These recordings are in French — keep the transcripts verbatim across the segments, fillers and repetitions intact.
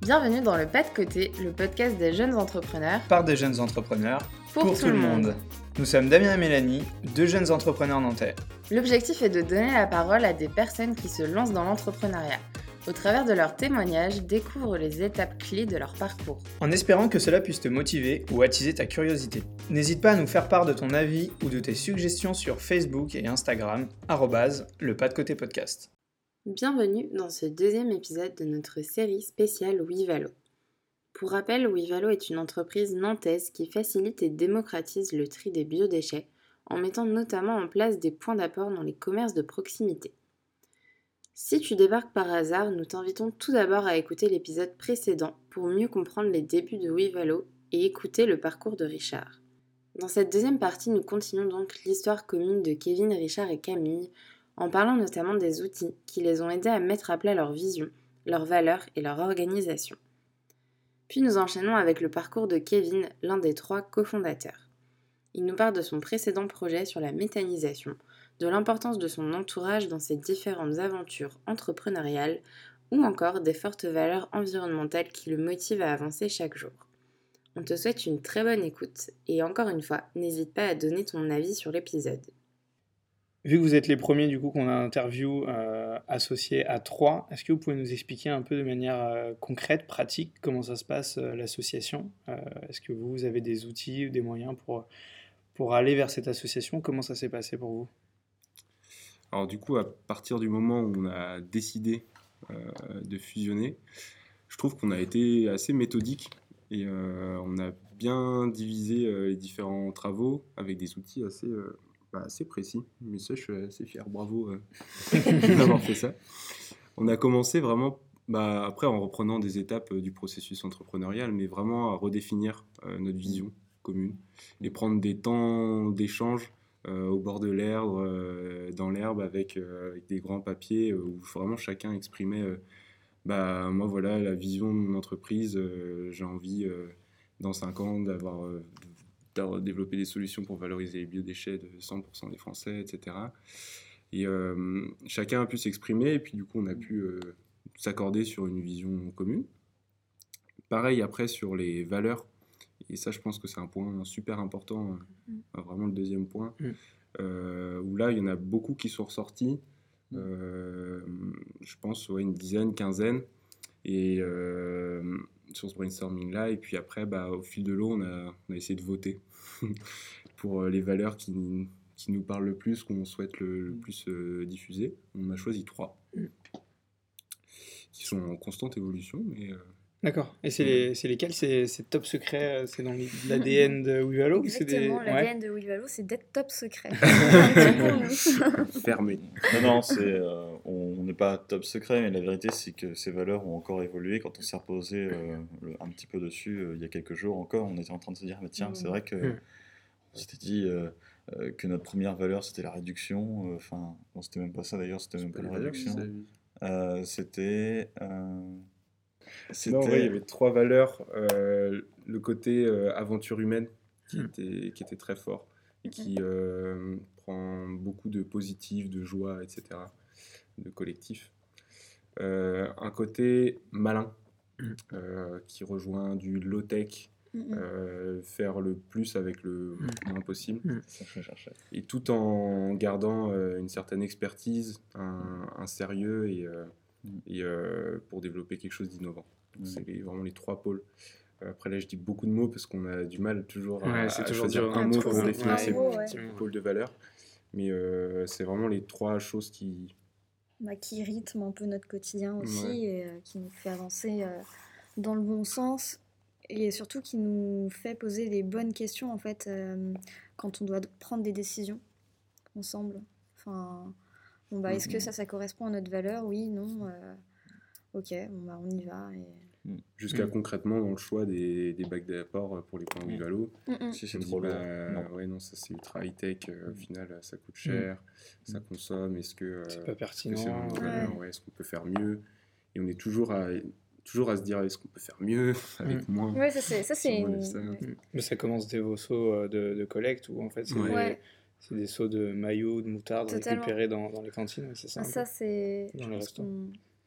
Bienvenue dans le Pas de Côté, le podcast des jeunes entrepreneurs. Par des jeunes entrepreneurs, pour, pour tout, tout le monde. monde. Nous sommes Damien et Mélanie, deux jeunes entrepreneurs nantais. L'objectif est de donner la parole à des personnes qui se lancent dans l'entrepreneuriat. Au travers de leurs témoignages, découvre les étapes clés de leur parcours. En espérant que cela puisse te motiver ou attiser ta curiosité. N'hésite pas à nous faire part de ton avis ou de tes suggestions sur Facebook et Instagram, arrobase le pas de côté podcast. Bienvenue dans ce deuxième épisode de notre série spéciale WeValo. Pour rappel, WeValo est une entreprise nantaise qui facilite et démocratise le tri des biodéchets en mettant notamment en place des points d'apport dans les commerces de proximité. Si tu débarques par hasard, nous t'invitons tout d'abord à écouter l'épisode précédent pour mieux comprendre les débuts de WeValo et écouter le parcours de Richard. Dans cette deuxième partie, nous continuons donc l'histoire commune de Kevin, Richard et Camille, en parlant notamment des outils qui les ont aidés à mettre à plat leur vision, leurs valeurs et leur organisation. Puis nous enchaînons avec le parcours de Kevin, l'un des trois cofondateurs. Il nous parle de son précédent projet sur la méthanisation, de l'importance de son entourage dans ses différentes aventures entrepreneuriales ou encore des fortes valeurs environnementales qui le motivent à avancer chaque jour. On te souhaite une très bonne écoute et encore une fois, n'hésite pas à donner ton avis sur l'épisode. Vu que vous êtes les premiers du coup qu'on a interview euh, associés à trois, est-ce que vous pouvez nous expliquer un peu de manière euh, concrète, pratique, comment ça se passe euh, l'association euh, Est-ce que vous, vous avez des outils ou des moyens pour, pour aller vers cette association? Comment ça s'est passé pour vous? Alors du coup, à partir du moment où on a décidé euh, de fusionner, je trouve qu'on a été assez méthodique et euh, on a bien divisé euh, les différents travaux avec des outils assez... Euh, Bah, assez précis, mais ça je suis assez fier, bravo euh, d'avoir fait ça. On a commencé vraiment, bah, après en reprenant des étapes euh, du processus entrepreneurial, mais vraiment à redéfinir euh, notre vision commune et prendre des temps d'échange euh, au bord de l'herbe, euh, dans l'herbe avec, euh, avec des grands papiers euh, où vraiment chacun exprimait, euh, bah, moi voilà la vision de mon entreprise, euh, j'ai envie euh, dans cinq ans d'avoir... Euh, de développer des solutions pour valoriser les biodéchets de cent pour cent des Français, et cetera. Et euh, chacun a pu s'exprimer, et puis du coup, on a pu euh, s'accorder sur une vision commune. Pareil, après, sur les valeurs, et ça, je pense que c'est un point super important, mmh. vraiment le deuxième point, mmh. euh, où là, il y en a beaucoup qui sont ressortis, euh, je pense, ouais, une dizaine, quinzaine, et... Euh, sur ce brainstorming-là, et puis après, bah, au fil de l'eau, on a, on a essayé de voter pour les valeurs qui, qui nous parlent le plus, qu'on souhaite le, le plus euh, diffuser. On a choisi trois, mm. qui sont en constante évolution. Mais, euh, D'accord. Et c'est, les, c'est lesquels? c'est, c'est top secret? C'est dans l'A D N de WeValo? Exactement, l'A D N ouais. de WeValo, c'est d'être top secret. Fermé. Non, non, c'est, euh, on n'est pas top secret, mais la vérité, c'est que ces valeurs ont encore évolué. Quand on s'est reposé euh, un petit peu dessus, euh, il y a quelques jours encore, on était en train de se dire, mais tiens, mmh. c'est vrai que mmh. on s'était dit euh, euh, que notre première valeur, c'était la réduction. Enfin, euh, non, c'était même pas ça d'ailleurs, c'était c'est même pas, pas la réduction. Euh, c'était... Euh, C'était... Non, ouais, il y avait trois valeurs. Euh, le côté euh, aventure humaine qui, mmh. était, qui était très fort et qui euh, prend beaucoup de positif, de joie, et cetera, de collectif. Euh, un côté malin mmh. euh, qui rejoint du low-tech, mmh. euh, faire le plus avec le mmh. moins possible. Mmh. Ça, je cherchais. Et tout en gardant euh, une certaine expertise, un, un sérieux et... Euh, et euh, pour développer quelque chose d'innovant. Donc, mmh. c'est les, vraiment les trois pôles. Après là, je dis beaucoup de mots parce qu'on a du mal toujours à, ouais, c'est à toujours choisir dur, un mot pour définir ces ouais. pôles de valeur. Mais euh, c'est vraiment les trois choses qui... Bah, qui rythment un peu notre quotidien aussi ouais. et euh, qui nous fait avancer euh, dans le bon sens et surtout qui nous fait poser les bonnes questions en fait euh, quand on doit prendre des décisions ensemble. Enfin... Bon, bah, est-ce que ça, ça correspond à notre valeur? Oui, non. Euh, ok, bon, bah, on y va. Et... Jusqu'à mmh. concrètement dans le choix des, des bacs d'apport pour les points WeValo. Mmh. Si c'est trop bah, non. Ouais, non, ça c'est ultra high-tech. Euh, au final, ça coûte cher, mmh. ça consomme. Est-ce que euh, c'est pas pertinent? Est-ce, que c'est ouais. Ouais, est-ce qu'on peut faire mieux? Et on est toujours à, toujours à se dire est-ce qu'on peut faire mieux avec mmh. moins? Ouais, ça c'est. Ça, c'est une... ça. Mmh. Mais ça commence dès vos sauts de, de collecte où en fait c'est. Ouais. Des... C'est des seaux de maillot, de moutarde Totalement. récupérés dans, dans les cantines, c'est ça? Ça, c'est... Dans les restaurants. Mmh.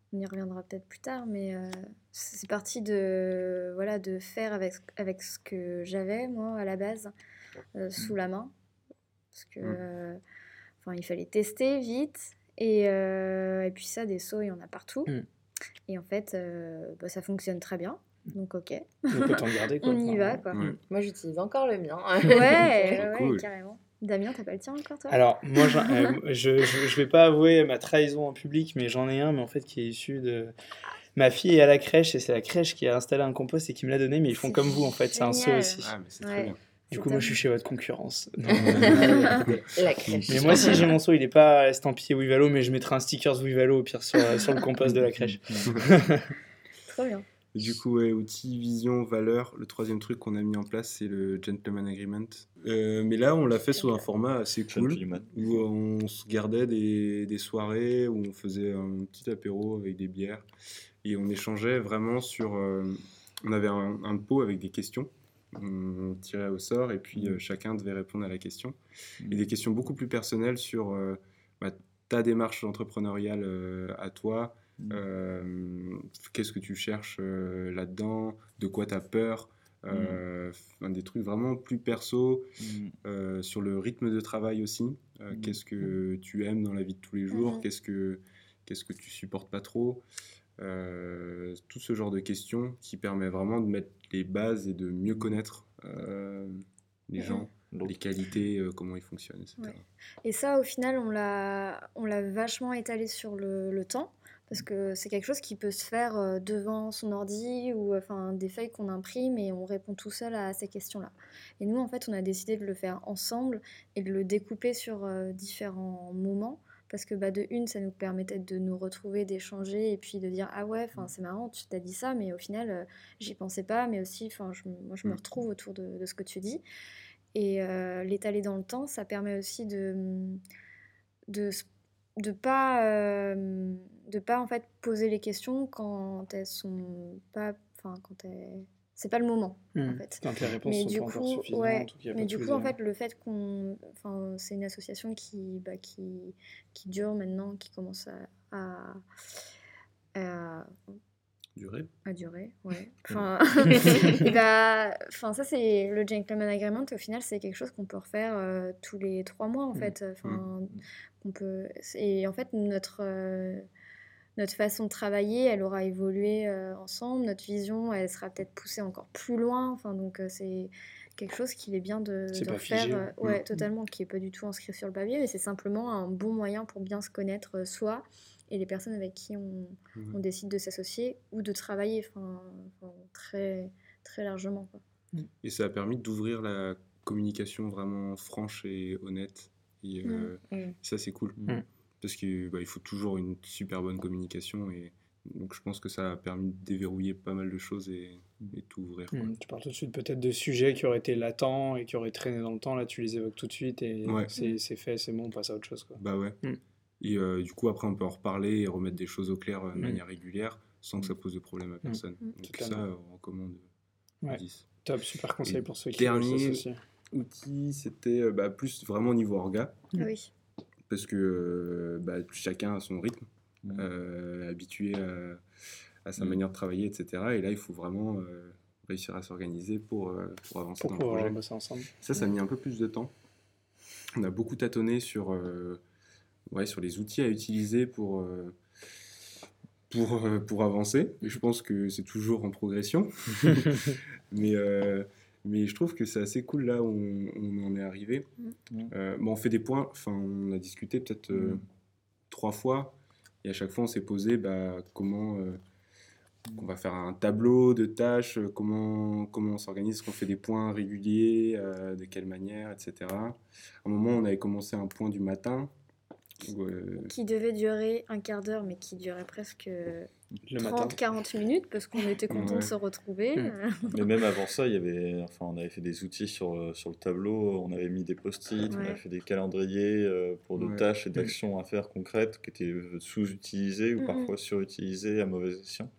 on y reviendra peut-être plus tard, mais euh, c'est parti de, voilà, de faire avec, avec ce que j'avais, moi, à la base, euh, sous la main. Parce que, euh, enfin, il fallait tester vite. Et, euh, et puis ça, des sauts, il y en a partout. Mm. Et en fait, euh, bah, ça fonctionne très bien. Donc, ok. Donc autant le garder, quoi. On y va, quoi. Ouais. Moi, j'utilise encore le mien. Ouais, ouais, Cool. carrément. Damien, t'as pas le tien encore, toi? Alors, moi, j'en- euh, je, je, je vais pas avouer ma trahison en public, mais j'en ai un, mais en fait, qui est issu de... Ma fille est à la crèche, et c'est la crèche qui a installé un compost et qui me l'a donné, mais ils font C'est comme vous, en fait, c'est un seau génial. aussi. Ah, mais c'est Ouais. très bien. Du coup, moi, je suis chez votre concurrence. La crèche. Mais moi, si j'ai mon seau, il est pas estampillé Wivalo, mais je mettrai un stickers Wivalo au pire sur, sur le compost de la crèche. Trop bien. Et du coup, ouais, outils, vision, valeur. Le troisième truc qu'on a mis en place, c'est le Gentleman Agreement. Euh, mais là, on l'a fait sous un format assez cool, Gentleman. où on se gardait des, des soirées, où on faisait un petit apéro avec des bières, et on échangeait vraiment sur... euh, on avait un, un pot avec des questions, on tirait au sort, et puis euh, chacun devait répondre à la question. Et des questions beaucoup plus personnelles sur euh, bah, ta démarche entrepreneuriale euh, à toi, euh, qu'est-ce que tu cherches euh, là-dedans, de quoi tu as peur, euh, enfin, des trucs vraiment plus perso, euh, sur le rythme de travail aussi, euh, Mm. qu'est-ce que tu aimes dans la vie de tous les jours, Mhm. qu'est-ce que, qu'est-ce que tu supportes pas trop, euh, tout ce genre de questions qui permet vraiment de mettre les bases et de mieux connaître euh, les Mhm. gens, les qualités, euh, comment ils fonctionnent, et cetera. Ouais. Et ça, au final, on l'a, on l'a vachement étalé sur le, le temps, parce que c'est quelque chose qui peut se faire euh, devant son ordi ou enfin des feuilles qu'on imprime et on répond tout seul à ces questions-là. Et nous, en fait, on a décidé de le faire ensemble et de le découper sur euh, différents moments. Parce que bah, de une, ça nous permettait de nous retrouver, d'échanger et puis de dire ah ouais, enfin c'est marrant, tu t'as dit ça, mais au final, euh, j'y pensais pas, mais aussi, enfin je, moi je me Mm. retrouve autour de, de ce que tu dis. Et euh, l'étaler dans le temps, ça permet aussi de de s- de pas euh, de pas en fait poser les questions quand elles sont pas, enfin quand elles... c'est pas le moment en Hmm. fait. Quand les réponses Mais sont du pas encore coup, suffisantes, ouais, ou qu'il y a mais pas du tous coup les en éléments. fait le fait qu'on, enfin c'est une association qui bah, qui qui dure maintenant, qui commence à à, à Durée. à durer, ouais. Enfin, et bah, enfin, ça c'est le gentleman agreement. Au final, c'est quelque chose qu'on peut refaire euh, tous les trois mois en Mm. fait. Enfin, on peut. Et en fait, notre euh, notre façon de travailler, elle aura évolué euh, ensemble. Notre vision, elle sera peut-être poussée encore plus loin. Enfin, donc euh, c'est quelque chose qu'il est bien de, C'est de pas refaire. figé, euh, ouais. ouais, Mm. totalement, qui est pas du tout inscrit sur le papier, mais c'est simplement un bon moyen pour bien se connaître euh, soi et les personnes avec qui on, Mhm. on décide de s'associer ou de travailler, enfin, enfin, très très largement, quoi. Et ça a permis d'ouvrir la communication vraiment franche et honnête. Et euh, Mm. ça, c'est cool. Mm. Parce qu'il bah, il faut toujours une super bonne communication. Et donc, je pense que ça a permis de déverrouiller pas mal de choses et, et tout ouvrir, quoi. Hmm. Tu parles tout de suite peut-être de sujets qui auraient été latents et qui auraient traîné dans le temps. Là, tu les évoques tout de suite et Ouais. c'est c'est fait, c'est bon, on passe à autre chose, quoi. Bah ouais. Mm. Et euh, du coup, après, on peut en reparler et remettre des choses au clair euh, de Mm. manière régulière sans que ça pose de problème à personne. Mm. Donc Totalement. ça, on recommande Ouais. dix. Top, super conseil Et pour ceux qui veulent dernier- s'associer. Outil, c'était euh, bah, plus vraiment au niveau orga. Mm. Ah oui. Parce que euh, bah, chacun a son rythme, Mm. euh, habitué à, à sa Mm. manière de travailler, et cetera. Et là, il faut vraiment euh, réussir à s'organiser pour, euh, pour avancer Pour dans le pouvoir projet. bosser ensemble. Ça, ça a mis un peu plus de temps. On a beaucoup tâtonné sur, euh, ouais, sur les outils à utiliser pour, euh, pour, euh, pour avancer. Et je pense que c'est toujours en progression. mais, euh, mais je trouve que c'est assez cool là où on, on en est arrivé. Mm. Euh, bon, on fait des points, enfin, on a discuté peut-être euh, Mm. trois fois. Et à chaque fois, on s'est posé bah, comment euh, on va faire un tableau de tâches, euh, comment, comment on s'organise, est-ce qu'on fait des points réguliers, euh, de quelle manière, et cetera. À un moment, on avait commencé un point du matin. Où, euh, Qui devait durer un quart d'heure, mais qui durait presque Le matin. trente à quarante minutes parce qu'on était contents Ouais. de se retrouver. Mm. Mais même avant ça, il y avait, enfin, on avait fait des outils sur, euh, sur le tableau, on avait mis des post-it, on Ouais. avait fait des calendriers euh, pour de Ouais. tâches et d'actions à faire concrètes qui étaient euh, sous-utilisées ou Mhm. parfois surutilisées à mauvais escient.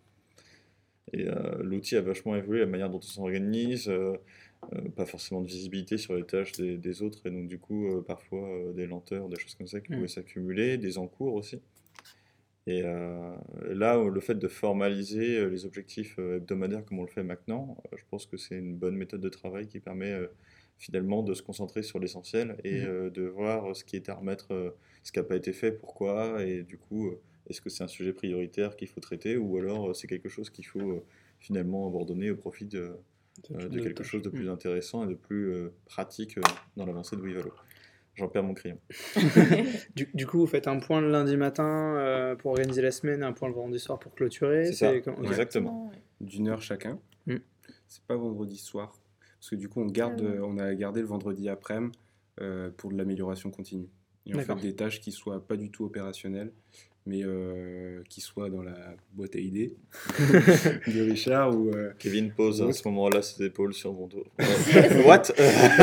Et euh, l'outil a vachement évolué, la manière dont on s'organise, euh, euh, pas forcément de visibilité sur les tâches des, des autres, et donc du coup, euh, parfois euh, des lenteurs, des choses comme ça qui Mm. pouvaient s'accumuler, des encours aussi. Et euh, là, le fait de formaliser les objectifs hebdomadaires comme on le fait maintenant, je pense que c'est une bonne méthode de travail qui permet euh, finalement de se concentrer sur l'essentiel et Mhm. euh, de voir ce qui est à remettre, euh, ce qui n'a pas été fait, pourquoi, et du coup, euh, est-ce que c'est un sujet prioritaire qu'il faut traiter ou alors euh, c'est quelque chose qu'il faut euh, finalement abandonner au profit de, D'autres- euh, de d'autres quelque tâches. chose de plus Mm. intéressant et de plus euh, pratique euh, dans l'avancée de WeValo. J'en perds mon crayon. Du, du coup, vous faites un point le lundi matin euh, pour organiser la semaine, un point le vendredi soir pour clôturer. C'est ça, comme- ok. exactement. D'une heure chacun. Mm. C'est pas vendredi soir. Parce que du coup, on, garde, Ah oui. euh, on a gardé le vendredi après-midi euh, pour de l'amélioration continue. Et en fait, D'accord. des tâches qui soient pas du tout opérationnelles, mais euh, qui soient dans la boîte à idées de Richard ou. euh, Kevin pose à What ce moment-là ses épaules sur mon dos. Euh, What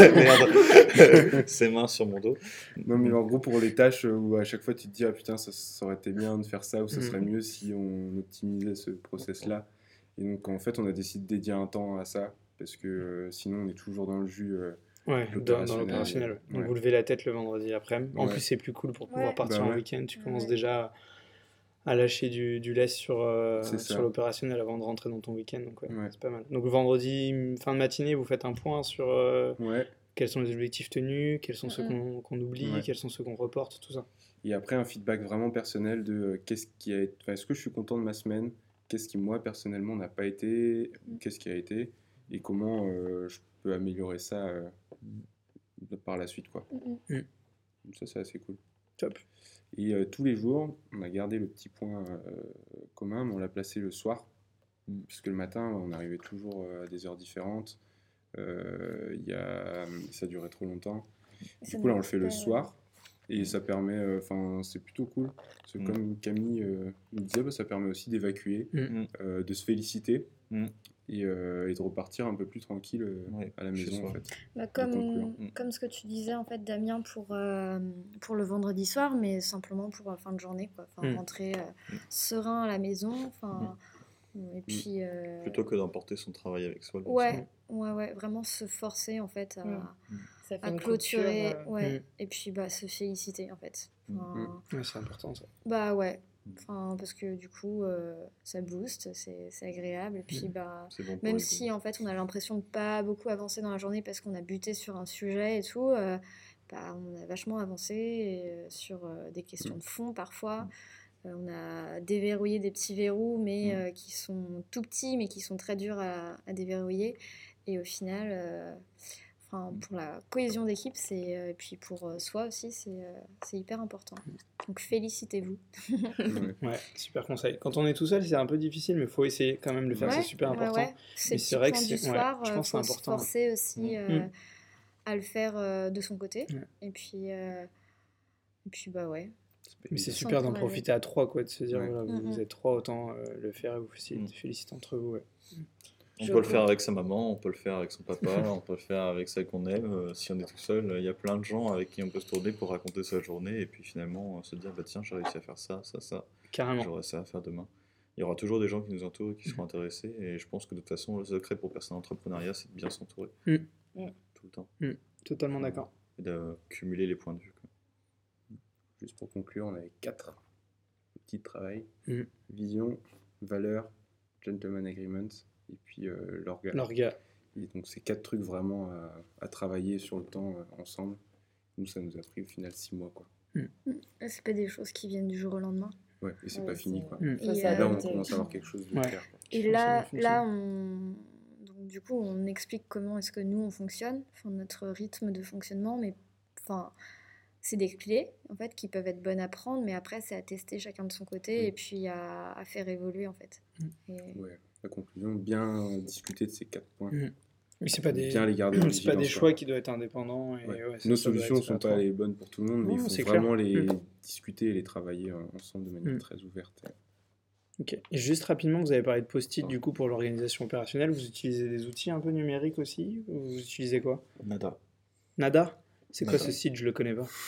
Merde. Ses mains sur mon dos. Non, mais en gros, pour les tâches où à chaque fois tu te dis, ah putain, ça, ça aurait été bien de faire ça, ou ça serait Mhm. mieux si on optimisait ce process-là. Et donc, en fait, on a décidé de dédier un temps à ça, parce que euh, sinon, on est toujours dans le jus. euh, Ouais, dans, dans l'opérationnel. l'opérationnel. ouais. Donc Ouais. vous levez la tête le vendredi après. En Ouais. plus, c'est plus cool pour pouvoir Ouais. partir Bah en ouais. week-end. Tu commences Ouais. déjà à lâcher du, du lest sur, euh, C'est ça. sur l'opérationnel avant de rentrer dans ton week-end. Donc ouais, Ouais. c'est pas mal. Donc le vendredi, fin de matinée, vous faites un point sur euh, Ouais. quels sont les objectifs tenus, quels sont ceux Mhm. qu'on qu'on oublie, Ouais. quels sont ceux qu'on reporte, tout ça. Et après, un feedback vraiment personnel de euh, qu'est-ce qui a été. Enfin, est-ce que je suis content de ma semaine? Qu'est-ce qui, moi, personnellement, n'a pas été? Mm. Qu'est-ce qui a été? Et comment euh, je peux améliorer ça euh, par la suite, quoi. Mhm. Donc ça, c'est assez cool. Top. Et euh, tous les jours, on a gardé le petit point euh, commun, mais on l'a placé le soir. Mm. Parce que le matin, on arrivait toujours euh, à des heures différentes. Euh, il y a... Ça durait trop longtemps. Du Ça coup, là, on nous le fait le fait- soir. Et ça permet, enfin, c'est plutôt cool. Parce que Mm. comme Camille euh, nous disait, bah, ça permet aussi d'évacuer, Mm. euh, de se féliciter Mm. et, euh, et de repartir un peu plus tranquille euh, Ouais, à la chez maison, soi. en fait. Bah, conclure. comme, Mm. comme ce que tu disais en fait Damien pour, euh, pour le vendredi soir, mais simplement pour la fin de journée, quoi. Enfin, Mm. rentrer euh, Mm. serein à la maison, enfin, et puis euh, Plutôt que d'emporter son travail avec soi. bien sûr. ouais, ouais, ouais, vraiment se forcer en fait à, Mm. Ça fait à une clôturer, coupure, euh, ouais, Mm. et puis bah se féliciter en fait. Enfin, Ouais, c'est important ça. Bah ouais, enfin parce que du coup euh, ça booste, c'est c'est agréable, et puis Mm. bah C'est bon pour même les si en fait on a l'impression de pas beaucoup avancer dans la journée parce qu'on a buté sur un sujet et tout, euh, bah, on a vachement avancé et, euh, sur euh, des questions de fond parfois. Euh, on a déverrouillé des petits verrous mais Mm. euh, qui sont tout petits mais qui sont très durs à, à déverrouiller. Et au final, euh, enfin, pour la cohésion d'équipe, c'est, euh, et puis pour euh, soi aussi, c'est euh, c'est hyper important. Donc félicitez-vous. Ouais. Ouais, super conseil. Quand on est tout seul, c'est un peu difficile, mais il faut essayer quand même de le faire, Ouais, c'est super ouais, important. ouais. Ces Mais petits c'est vrai que points du c'est- ouais, soir, je euh, pense que c'est faut se important, ouais. forcer aussi euh, Mm. à le faire euh, de son côté. Ouais. Et puis, euh, et puis bah ouais. pas Mais c'est évident. super d'en S'encourager. profiter à trois, quoi, de se dire, Ouais. voilà, vous, Mm, vous mm. êtes trois, autant euh, le faire et vous féliciter, Mm. féliciter entre vous. Ouais. On Je peut le comprends. faire avec sa maman, on peut le faire avec son papa, on peut le faire avec celle qu'on aime. Euh, si on est tout seul, il y a plein de gens avec qui on peut se tourner pour raconter sa journée et puis finalement euh, se dire bah tiens j'ai réussi à faire ça, ça, ça, Carrément. j'aurai ça à faire demain. Il y aura toujours des gens qui nous entourent et qui seront intéressés et je pense que de toute façon le secret pour percer en entrepreneuriat c'est de bien s'entourer Mm. Mm. tout le temps Totalement d'accord. et de cumuler les points de vue. quoi. Juste pour conclure, on avait quatre outils de travail. Mm. Vision, valeur, gentleman agreement et puis euh, l'orga. L'orga. Et donc c'est quatre trucs vraiment à, à travailler sur le temps euh, ensemble. Nous, ça nous a pris au final six mois. Quoi. C'est pas des choses qui viennent du jour au lendemain. Ouais, et c'est Ouais, pas fini. c'est- Quoi. Mm. Faut Et, Et là, on s'adapter. commence à avoir quelque chose de Ouais. clair. Quoi. Et Je pense là, que ça va là on... Donc, du coup, on explique comment est-ce que nous, on fonctionne, enfin, notre rythme de fonctionnement, mais enfin, c'est des clés, en fait, qui peuvent être bonnes à prendre, mais après, c'est à tester chacun de son côté Mm. et puis à, à faire évoluer, en fait. Mm. Et... Ouais. La conclusion, bien discuter de ces quatre points. Mm. Oui, c'est pas des, Bien les garder en c'est pas des vigilance, choix quoi. qui doivent être indépendants. Et Ouais. ouais, ça- Nos ça doit solutions ne être sont à pas trois. les bonnes pour tout le monde, mais Non, il c'est faut clair. vraiment les Mm. discuter et les travailler euh, ensemble de manière Mm. très ouverte. Ok. Et juste rapidement, vous avez parlé de post-it du coup pour l'organisation opérationnelle. Vous utilisez des outils un peu numériques aussi ou vous utilisez quoi? Nada. Nada? C'est quoi Nada. ce site? Je le connais pas.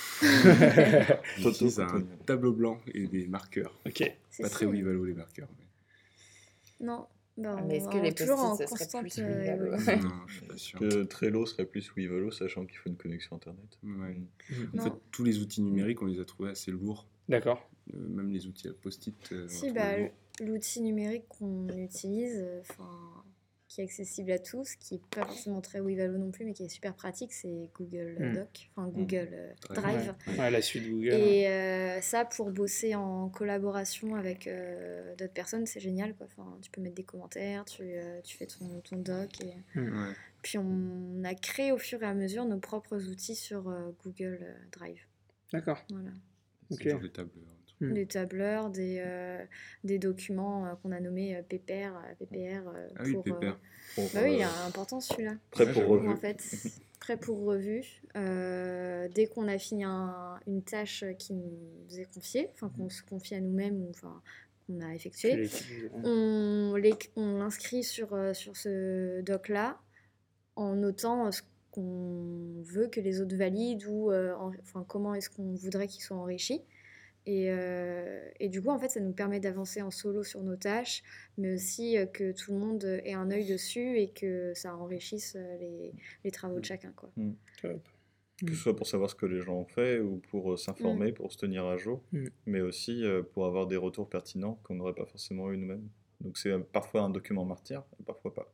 On Toto, utilise un Toto. tableau blanc et des marqueurs. Ok. C'est Pas très si. WeValo les marqueurs. Mais... Non, bah, Ah, on, mais est-ce que on les est toujours en post-it, ça serait constante plus euh, WeValo? évolution. non, je suis pas sûr. Que Trello serait plus WeValo, sachant qu'il faut une connexion internet. Ouais. Mm. En Non. fait, tous les outils numériques, on les a trouvés assez lourds D'accord. Euh, même les outils à post-it. Euh, si, bah, l'outil numérique qu'on utilise, enfin, euh, qui est accessible à tous, qui n'est pas forcément très Wevalo non plus, mais qui est super pratique, c'est Google Mm. Doc, enfin Google euh, Drive. Drive. Ouais. Ouais, la suite Google. Et euh, ça, pour bosser en collaboration avec euh, d'autres personnes, c'est génial, quoi. Enfin, tu peux mettre des commentaires, tu, euh, tu fais ton, ton doc. Et... Mm. Ouais. Puis on a créé au fur et à mesure nos propres outils sur euh, Google euh, Drive. D'accord. Voilà. C'est Ok. genre des tableurs. Mm. Des tableurs, des, euh, des documents euh, qu'on a nommés euh, P P R. euh, P P R euh, Ah oui, pour, P P R. euh, Pour, Bah oui, il euh, est important celui-là. prêt Ouais, pour j'avoue. revue. En fait, prêt pour revue. Euh, dès qu'on a fini un- une tâche qui nous est confiée, enfin qu'on se confie à nous-mêmes, ou enfin qu'on a Tu effectuée, l'utilises, ouais. on l'é- on l'inscrit sur, euh, sur ce doc-là en notant euh, ce qu'on veut que les autres valident ou euh, en- enfin, comment est-ce qu'on voudrait qu'ils soient enrichis. Et, euh, et du coup, en fait, ça nous permet d'avancer en solo sur nos tâches, mais aussi euh, que tout le monde ait un œil dessus et que ça enrichisse euh, les, les travaux de chacun, quoi. Top. Que ce soit pour savoir ce que les gens ont fait ou pour euh, s'informer, pour se tenir à jour, Mm. mais aussi euh, pour avoir des retours pertinents qu'on n'aurait pas forcément eu nous-mêmes. Donc c'est euh, parfois un document martyr, parfois pas.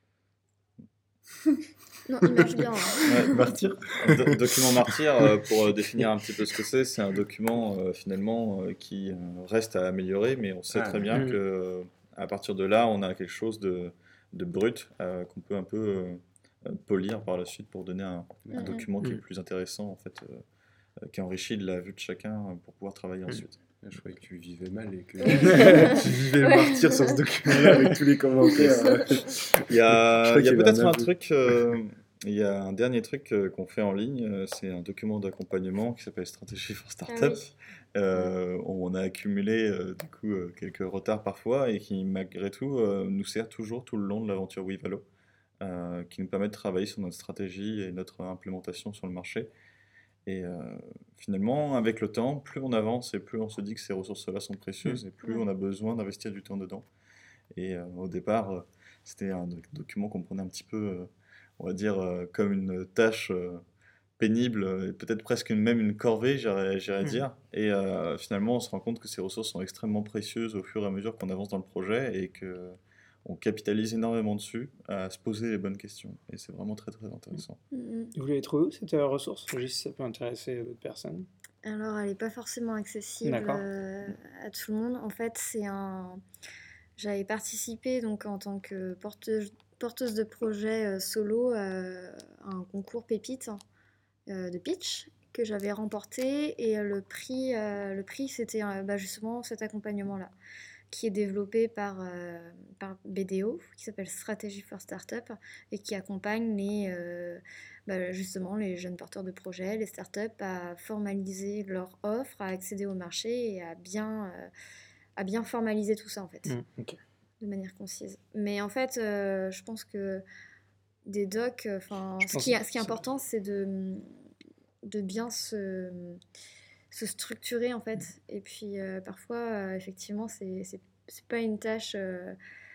Non, il marche bien. hein. Ouais, martyr. Do- document martyr, euh, pour euh, définir un petit peu ce que c'est, c'est un document euh, finalement euh, qui euh, reste à améliorer, mais on sait Ah, très bien mm. que euh, à partir de là, on a quelque chose de, de brut euh, qu'on peut un peu euh, euh, polir par la suite pour donner un, un Mhm. document qui est Mm. plus intéressant en fait, euh, euh, qui enrichit de la vue de chacun euh, pour pouvoir travailler Mm. ensuite. Ah, je croyais que tu vivais mal et que Oui. tu vivais le Ouais. martyr sur ce document-là avec tous les commentaires. euh. Il y a, Je crois il y a qu'il y avait peut-être un un aveu. truc, euh, il y a un dernier truc euh, qu'on fait en ligne, euh, c'est un document d'accompagnement qui s'appelle Stratégie for Ah Startup. oui. Euh, on a accumulé euh, du coup euh, quelques retards parfois et qui malgré tout euh, nous sert toujours tout le long de l'aventure Wevalo, euh, qui nous permet de travailler sur notre stratégie et notre implémentation sur le marché. Et euh, finalement, avec le temps, plus on avance et plus on se dit que ces ressources-là sont précieuses et plus Ouais. on a besoin d'investir du temps dedans. Et euh, au départ, euh, c'était un doc- document qu'on prenait un petit peu, euh, on va dire, euh, comme une tâche euh, pénible, euh, et peut-être presque une- même une corvée, j'irais j'irais Mm. dire. Et euh, finalement, on se rend compte que ces ressources sont extrêmement précieuses au fur et à mesure qu'on avance dans le projet et que on capitalise énormément dessus à se poser les bonnes questions. Et c'est vraiment très très intéressant. Mhm. Vous l'avez trouvé où cette euh, ressource? Juste si ça peut intéresser d'autres personnes. Alors, elle n'est pas forcément accessible D'accord. euh, à tout le monde. En fait, c'est un. J'avais participé donc en tant que porteuse, porteuse de projet euh, solo euh, à un concours Pépite euh, de pitch que j'avais remporté et euh, le prix, euh, le prix c'était euh, bah, justement cet accompagnement-là qui est développé par, euh, par B D O qui s'appelle Strategy for Startup et qui accompagne les, euh, bah, justement les jeunes porteurs de projets, les startups à formaliser leur offre, à accéder au marché et à bien, euh, à bien formaliser tout ça en fait Mm. Ok. de manière concise. Mais en fait, euh, je pense que des docs, enfin, Je ce pense qui, que ce qui est c'est- important, c'est de, de bien se, se structurer en fait. Et puis euh, parfois, euh, effectivement, c'est, c'est, c'est pas une tâche euh,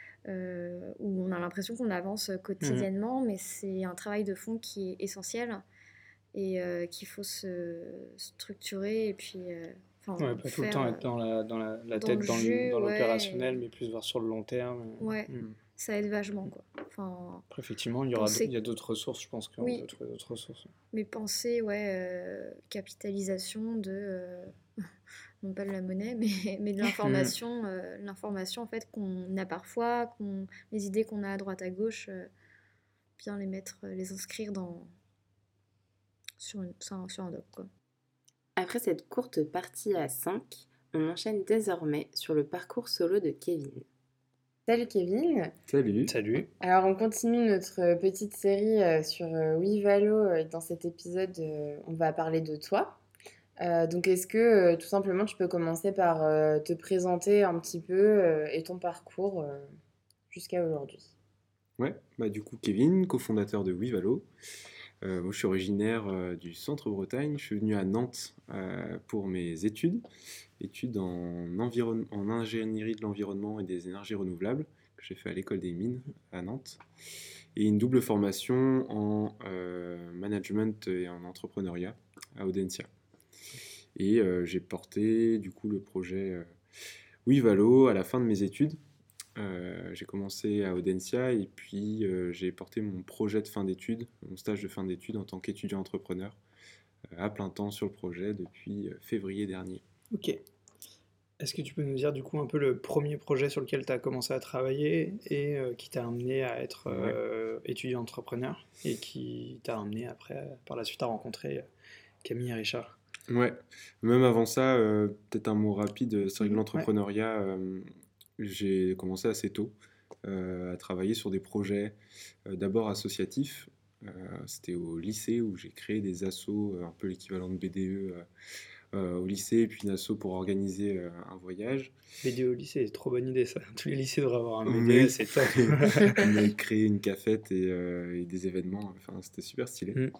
euh, où on a l'impression qu'on avance quotidiennement, mais c'est un travail de fond qui est essentiel et euh, qu'il faut se structurer et puis euh, enfin, Ouais, pas tout le faire temps euh, être dans la, dans la, la dans tête le dans le- jus, dans ouais. l'opérationnel, mais plus voir sur le long terme. Ouais, Mm. ça aide vachement quoi. Enfin, Après, effectivement, il y aura penser- d- il y a d'autres ressources, je pense qu'on Oui. peut trouver d'autres ressources. Mais penser, ouais, euh, capitalisation de, euh, non pas de la monnaie, mais, mais de l'information, euh, l'information en fait qu'on a parfois, qu'on, les idées qu'on a à droite à gauche, euh, bien les mettre, euh, les inscrire dans, sur, une, sur, un, sur un doc, quoi. Après cette courte partie à cinq, on enchaîne désormais sur le parcours solo de Kevin. Salut Kevin. Salut. Salut. Alors on continue notre petite série euh, sur euh, Wevalo. Euh, Dans cet épisode, euh, on va parler de toi. Euh, donc est-ce que euh, tout simplement tu peux commencer par euh, te présenter un petit peu euh, et ton parcours euh, jusqu'à aujourd'hui? Ouais, bah du coup Kevin, cofondateur de Wevalo. Euh, moi je suis originaire euh, du centre-Bretagne. Je suis venu à Nantes euh, pour mes études, études en, environ... en ingénierie de l'environnement et des énergies renouvelables que j'ai fait à l'école des mines à Nantes, et une double formation en euh, management et en entrepreneuriat à Audencia. Et euh, j'ai porté du coup le projet euh, WeValo à la fin de mes études. Euh, j'ai commencé à Audencia et puis euh, j'ai porté mon projet de fin d'études, mon stage de fin d'études en tant qu'étudiant entrepreneur euh, à plein temps sur le projet depuis euh, février dernier. Ok. Est-ce que tu peux nous dire du coup un peu le premier projet sur lequel tu as commencé à travailler et euh, qui t'a amené à être euh, étudiant entrepreneur et qui t'a amené après, par la suite, à rencontrer euh, Camille et Richard? Ouais, même avant ça, euh, peut-être un mot rapide, c'est vrai que Mhm. Ouais. l'entrepreneuriat, euh, j'ai commencé assez tôt euh, à travailler sur des projets euh, d'abord associatifs. Euh, c'était au lycée où j'ai créé des assos, euh, un peu l'équivalent de B D E euh, euh, au lycée, et puis une asso pour organiser euh, un voyage. B D E au lycée, c'est trop bonne idée ça. Tous les lycées devraient avoir un B D E, Oui, c'est top. on a créé une cafette et, euh, et des événements, enfin c'était super stylé. Mm.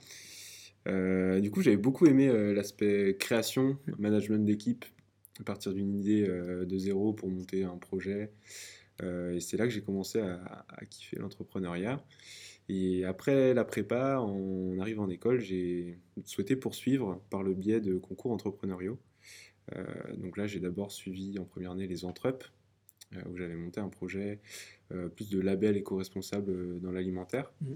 Euh, du coup, j'avais beaucoup aimé euh, l'aspect création, management d'équipe, à partir d'une idée euh, de zéro pour monter un projet. Euh, et c'est là que j'ai commencé à, à kiffer l'entrepreneuriat. Et après la prépa, on arrive en école, j'ai souhaité poursuivre par le biais de concours entrepreneuriaux. Euh, donc là, j'ai d'abord suivi en première année les Entrep, euh, où j'avais monté un projet euh, plus de label éco-responsable dans l'alimentaire. Mhm.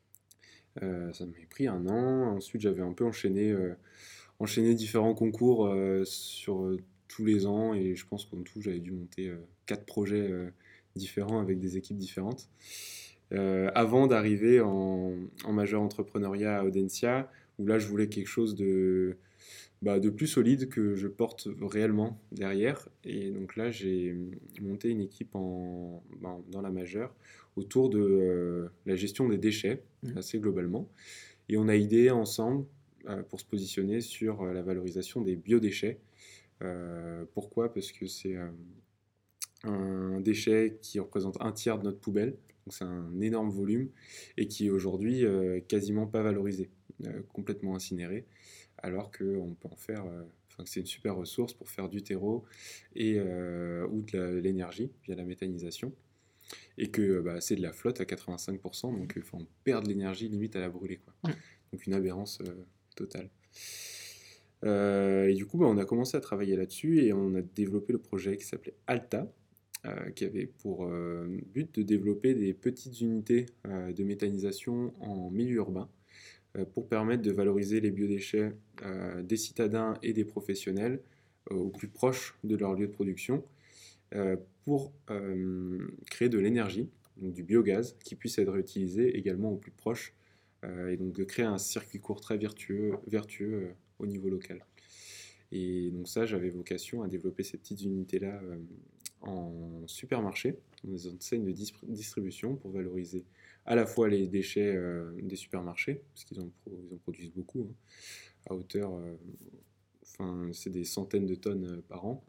Euh, ça m'a pris un an. Ensuite, j'avais un peu enchaîné, euh, enchaîné différents concours euh, sur euh, tous les ans. Et je pense qu'en tout, j'avais dû monter euh, quatre projets euh, différents avec des équipes différentes. Euh, avant d'arriver en, en majeur entrepreneuriat à Audencia, où là, je voulais quelque chose de, bah, de plus solide que je porte réellement derrière. Et donc là, j'ai monté une équipe en, ben, dans la majeure autour de euh, la gestion des déchets, Mmh. assez globalement. Et on a idée ensemble euh, pour se positionner sur euh, la valorisation des biodéchets. Euh, pourquoi? Parce que c'est euh, un déchet qui représente un tiers de notre poubelle, donc c'est un énorme volume, et qui est aujourd'hui euh, quasiment pas valorisé, euh, complètement incinéré, alors qu'on peut en faire, euh, enfin, que c'est une super ressource pour faire du terreau et, euh, ou de la- l'énergie via la méthanisation, et que bah, c'est de la flotte à quatre-vingt-cinq pour cent, donc enfin, on perd de l'énergie limite à la brûler, quoi. Mm. Donc une aberrance euh, totale. Euh, et du coup, bah, on a commencé à travailler là-dessus et on a développé le projet qui s'appelait Alta, euh, qui avait pour euh, but de développer des petites unités euh, de méthanisation en milieu urbain euh, pour permettre de valoriser les biodéchets euh, des citadins et des professionnels euh, au plus proche de leur lieu de production euh, pour euh, créer de l'énergie, donc du biogaz, qui puisse être réutilisé également au plus proche euh, et donc de créer un circuit court très vertueux, vertueux euh, au niveau local. Et donc ça, j'avais vocation à développer ces petites unités-là euh, en supermarché, dans des enseignes de dis- distribution pour valoriser à la fois les déchets euh, des supermarchés, parce qu'ils en, pro- ils en produisent beaucoup, hein, à hauteur, euh, enfin c'est des centaines de tonnes euh, par an,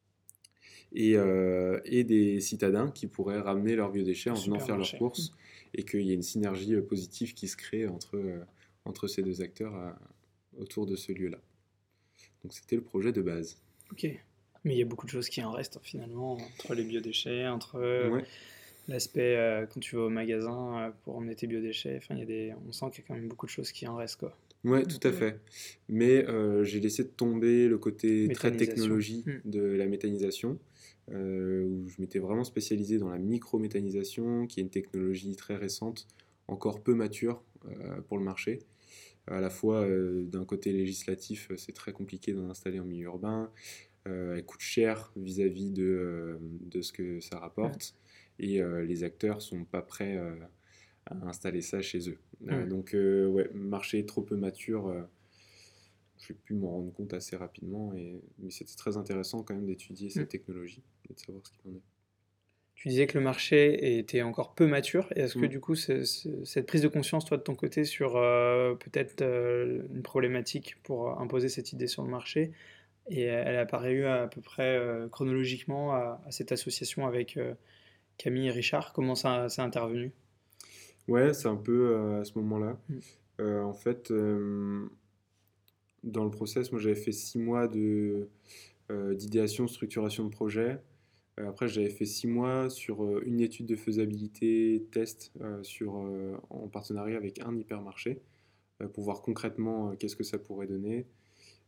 et, euh, et des citadins qui pourraient ramener leurs biodéchets en venant faire leurs Supermarché. courses, et qu'il y ait une synergie euh, positive qui se crée entre, euh, entre ces deux acteurs à- autour de ce lieu-là. Donc c'était le projet de base. Ok. Mais il y a beaucoup de choses qui en restent finalement, entre les biodéchets, entre euh, Ouais. l'aspect euh, quand tu vas au magasin euh, pour emmener tes biodéchets. Enfin, il y a des... on sent qu'il y a quand même beaucoup de choses qui en restent, quoi. Ouais, tout à Ouais. fait. Mais euh, j'ai laissé tomber le côté très Méthanisation. technologie Hmm. de la méthanisation, euh, où je m'étais vraiment spécialisé dans la micro-méthanisation, qui est une technologie très récente, encore peu mature euh, pour le marché. À la fois, euh, d'un côté législatif, c'est très compliqué d'en installer en milieu urbain, euh, elle coûte cher vis-à-vis de, euh, de ce que ça rapporte, et euh, les acteurs sont pas prêts euh, à installer ça chez eux. Euh, Mm. donc, euh, ouais, marché trop peu mature, euh, j'ai pu m'en rendre compte assez rapidement, et, mais c'était très intéressant quand même d'étudier cette Mm. technologie et de savoir ce qu'il en est. Tu disais que le marché était encore peu mature. Et est-ce que Mm. du coup, c'est- c'est- cette prise de conscience, toi, de ton côté, sur euh, peut-être euh, une problématique pour imposer cette idée sur le marché, et elle a apparu à peu près euh, chronologiquement à, à cette association avec euh, Camille et Richard. Comment ça, ça intervenu? Ouais, c'est un peu euh, à ce moment-là. Mm. Euh, en fait, euh, dans le process, moi j'avais fait six mois de, euh, d'idéation, structuration de projet. Euh, après, j'avais fait six mois sur euh, une étude de faisabilité, test, euh, sur, euh, en partenariat avec un hypermarché, euh, pour voir concrètement euh, qu'est-ce que ça pourrait donner.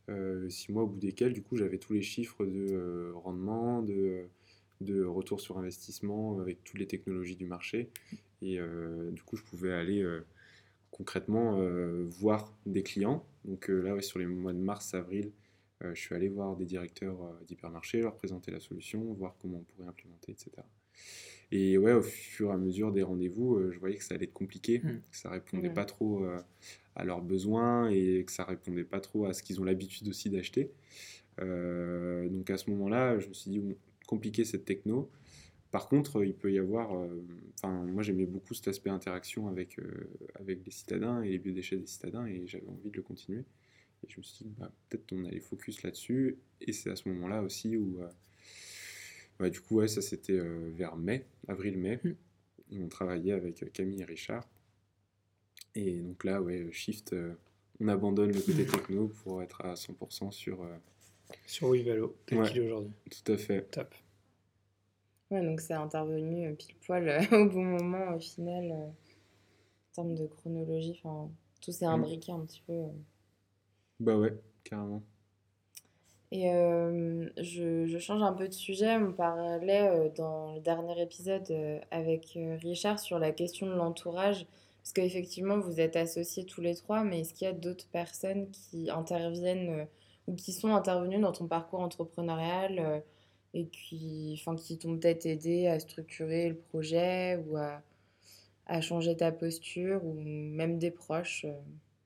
euh, six mois au bout desquels, du coup, j'avais tous les chiffres de euh, rendement, de, de retour sur investissement avec toutes les technologies du marché. Et euh, du coup, je pouvais aller euh, concrètement euh, voir des clients. Donc euh, là, ouais, sur les mois de mars, avril, euh, je suis allé voir des directeurs euh, d'hypermarchés, leur présenter la solution, voir comment on pourrait implémenter, et cetera. Et ouais, au fur et à mesure des rendez-vous, euh, je voyais que ça allait être compliqué, Mm. que ça répondait Mm. pas trop euh, à leurs besoins et que ça répondait pas trop à ce qu'ils ont l'habitude aussi d'acheter. Euh, donc à ce moment-là, je me suis dit, bon, compliqué cette techno. Par contre, il peut y avoir. Enfin, euh, moi j'aimais beaucoup cet aspect interaction avec, euh, avec les citadins et les biodéchets des citadins et j'avais envie de le continuer. Et je me suis dit, bah, peut-être on allait focus là-dessus. Et c'est à ce moment-là aussi où. Euh, bah, du coup, ouais, ça c'était euh, vers mai, avril-mai. Mm. Où on travaillait avec Camille et Richard. Et donc là, ouais, shift, euh, on abandonne le côté techno pour être à cent pour cent sur. Euh, Sur WeValo, tel ouais, qu'il est aujourd'hui. tout à fait. Top. Ouais, donc c'est intervenu euh, pile poil euh, au bon moment au final, euh, en termes de chronologie, enfin, tout s'est imbriqué un petit peu. euh. Bah ouais, carrément. Et euh, je, je change un peu de sujet. On parlait euh, dans le dernier épisode euh, avec euh, Richard sur la question de l'entourage. Parce qu'effectivement, vous êtes associés tous les trois, mais est-ce qu'il y a d'autres personnes qui interviennent euh, ou qui sont intervenues dans ton parcours entrepreneurial euh, et qui, enfin, qui t'ont peut-être aidé à structurer le projet ou à, à changer ta posture ou même des proches euh.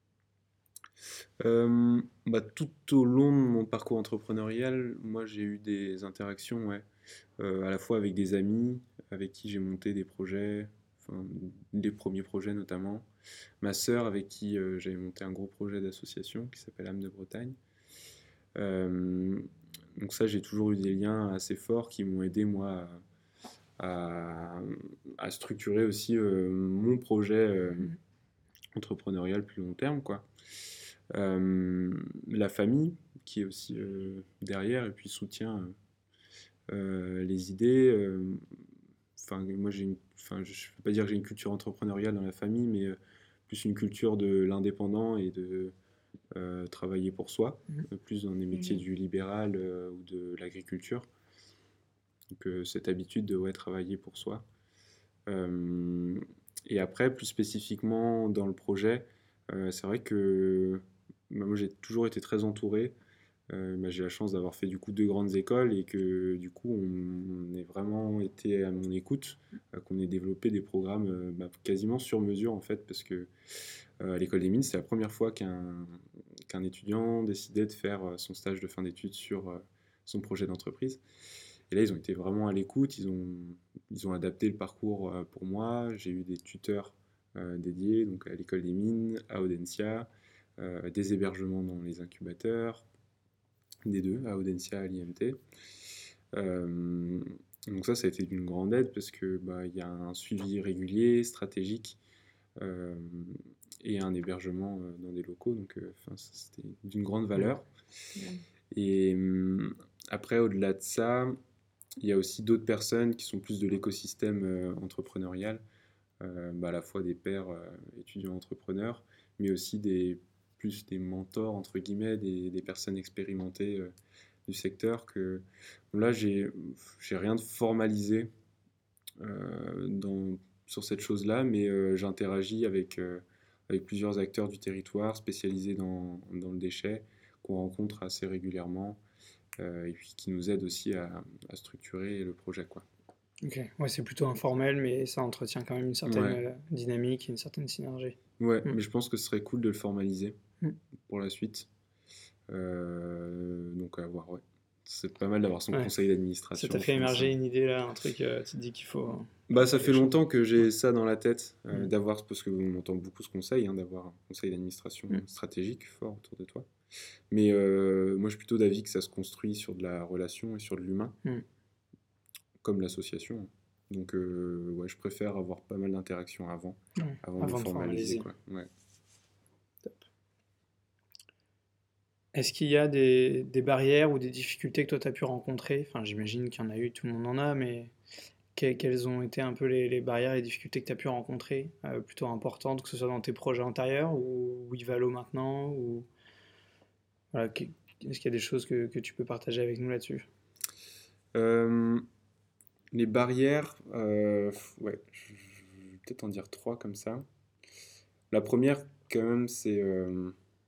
Euh, bah, tout au long de mon parcours entrepreneurial, moi j'ai eu des interactions, ouais, euh, à la fois avec des amis avec qui j'ai monté des projets, enfin, des premiers projets notamment. Ma sœur avec qui euh, j'avais monté un gros projet d'association qui s'appelle Âme de Bretagne. Euh, donc ça, j'ai toujours eu des liens assez forts qui m'ont aidé moi à, à, à structurer aussi euh, mon projet euh, entrepreneurial plus long terme, quoi. Euh, la famille qui est aussi euh, derrière et puis soutient euh, les idées. Enfin, euh, moi, j'ai une, enfin, je ne peux pas dire que j'ai une culture entrepreneuriale dans la famille, mais euh, plus une culture de l'indépendant et de euh, travailler pour soi, mmh. plus dans des métiers mmh. du libéral euh, ou de l'agriculture. Donc euh, cette habitude de ouais, travailler pour soi. Euh, et après, plus spécifiquement dans le projet, euh, c'est vrai que bah, moi j'ai toujours été très entouré. Euh, bah, j'ai la chance d'avoir fait du coup deux grandes écoles et que du coup on, on ait vraiment été à mon écoute, euh, qu'on ait développé des programmes euh, bah, quasiment sur mesure en fait, parce que euh, à l'école des mines c'est la première fois qu'un qu'un étudiant décidait de faire euh, son stage de fin d'études sur euh, son projet d'entreprise. Et là ils ont été vraiment à l'écoute, ils ont, ils ont adapté le parcours euh, pour moi, j'ai eu des tuteurs euh, dédiés donc à l'école des mines, à Audencia, euh, des hébergements dans les incubateurs, des deux, à Audencia, à l'I M T. Euh, donc ça, ça a été d'une grande aide parce que bah, y a un suivi régulier, stratégique, euh, et un hébergement euh, dans des locaux. Donc euh, c'était d'une grande valeur. Mmh. Et euh, après, au-delà de ça, il y a aussi d'autres personnes qui sont plus de l'écosystème euh, entrepreneurial, euh, bah, à la fois des pairs euh, étudiants entrepreneurs, mais aussi des plus des mentors, entre guillemets, des, des personnes expérimentées euh, du secteur. Que là, j'ai j'ai rien de formalisé euh, dans, sur cette chose-là, mais euh, j'interagis avec, euh, avec plusieurs acteurs du territoire spécialisés dans, dans le déchet, qu'on rencontre assez régulièrement, euh, et puis qui nous aident aussi à, à structurer le projet, quoi. Ok, ouais, c'est plutôt informel, mais ça entretient quand même une certaine ouais. dynamique et une certaine synergie. Ouais, mm. mais je pense que ce serait cool de le formaliser mm. pour la suite. Euh, donc à voir, ouais. C'est pas mal d'avoir son ouais. conseil d'administration. Ça t'a fait émerger une idée là, un truc, euh, tu te dis qu'il faut... Bah ça fait longtemps que j'ai ça dans la tête, euh, mm. d'avoir, parce qu'on entend beaucoup ce conseil, hein, d'avoir un conseil d'administration mm. stratégique fort autour de toi. Mais euh, moi je suis plutôt d'avis que ça se construit sur de la relation et sur de l'humain. Mm. Comme l'association. Donc, euh, ouais, je préfère avoir pas mal d'interactions avant, ouais, avant, avant de de formaliser. Quoi. Ouais. Top. Est-ce qu'il y a des, des barrières ou des difficultés que toi tu as pu rencontrer ? Enfin, j'imagine qu'il y en a eu, tout le monde en a, mais que, quelles ont été un peu les, les barrières et les difficultés que tu as pu rencontrer, euh, plutôt importantes, que ce soit dans tes projets antérieurs ou WeValo maintenant ou... Voilà, est-ce qu'il y a des choses que, que tu peux partager avec nous là-dessus? Euh, les barrières, euh, ouais, je, je vais peut-être en dire trois comme ça. La première, quand même, c'est euh,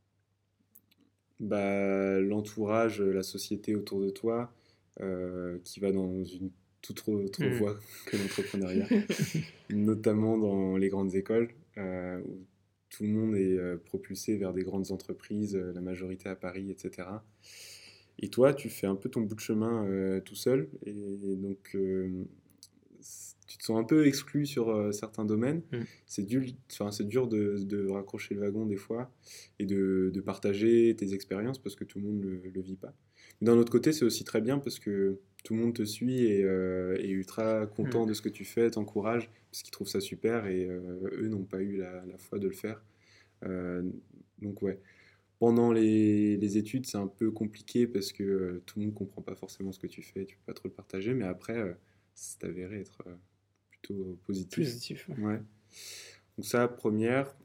bah, l'entourage, la société autour de toi, euh, qui va dans une toute autre Mm. voie que l'entrepreneuriat, notamment dans les grandes écoles, euh, où tout le monde est euh, propulsé vers des grandes entreprises, euh, la majorité à Paris, et cetera. Et toi, tu fais un peu ton bout de chemin euh, tout seul, et, et donc euh, c- tu te sens un peu exclu sur euh, certains domaines. Mm. C'est dur, enfin, c'est dur de, de raccrocher le wagon des fois et de, de partager tes expériences parce que tout le monde ne le, le vit pas. Mais d'un autre côté, c'est aussi très bien parce que tout le monde te suit et euh, est ultra content Mm. de ce que tu fais, t'encourage parce qu'ils trouvent ça super et euh, eux n'ont pas eu la, la foi de le faire. Euh, donc ouais, pendant les, les études, c'est un peu compliqué parce que euh, tout le monde comprend pas forcément ce que tu fais, tu peux pas trop le partager, mais après, euh, c'est avéré être euh, plutôt positif. Positif. Ouais. Ouais. Donc ça, première.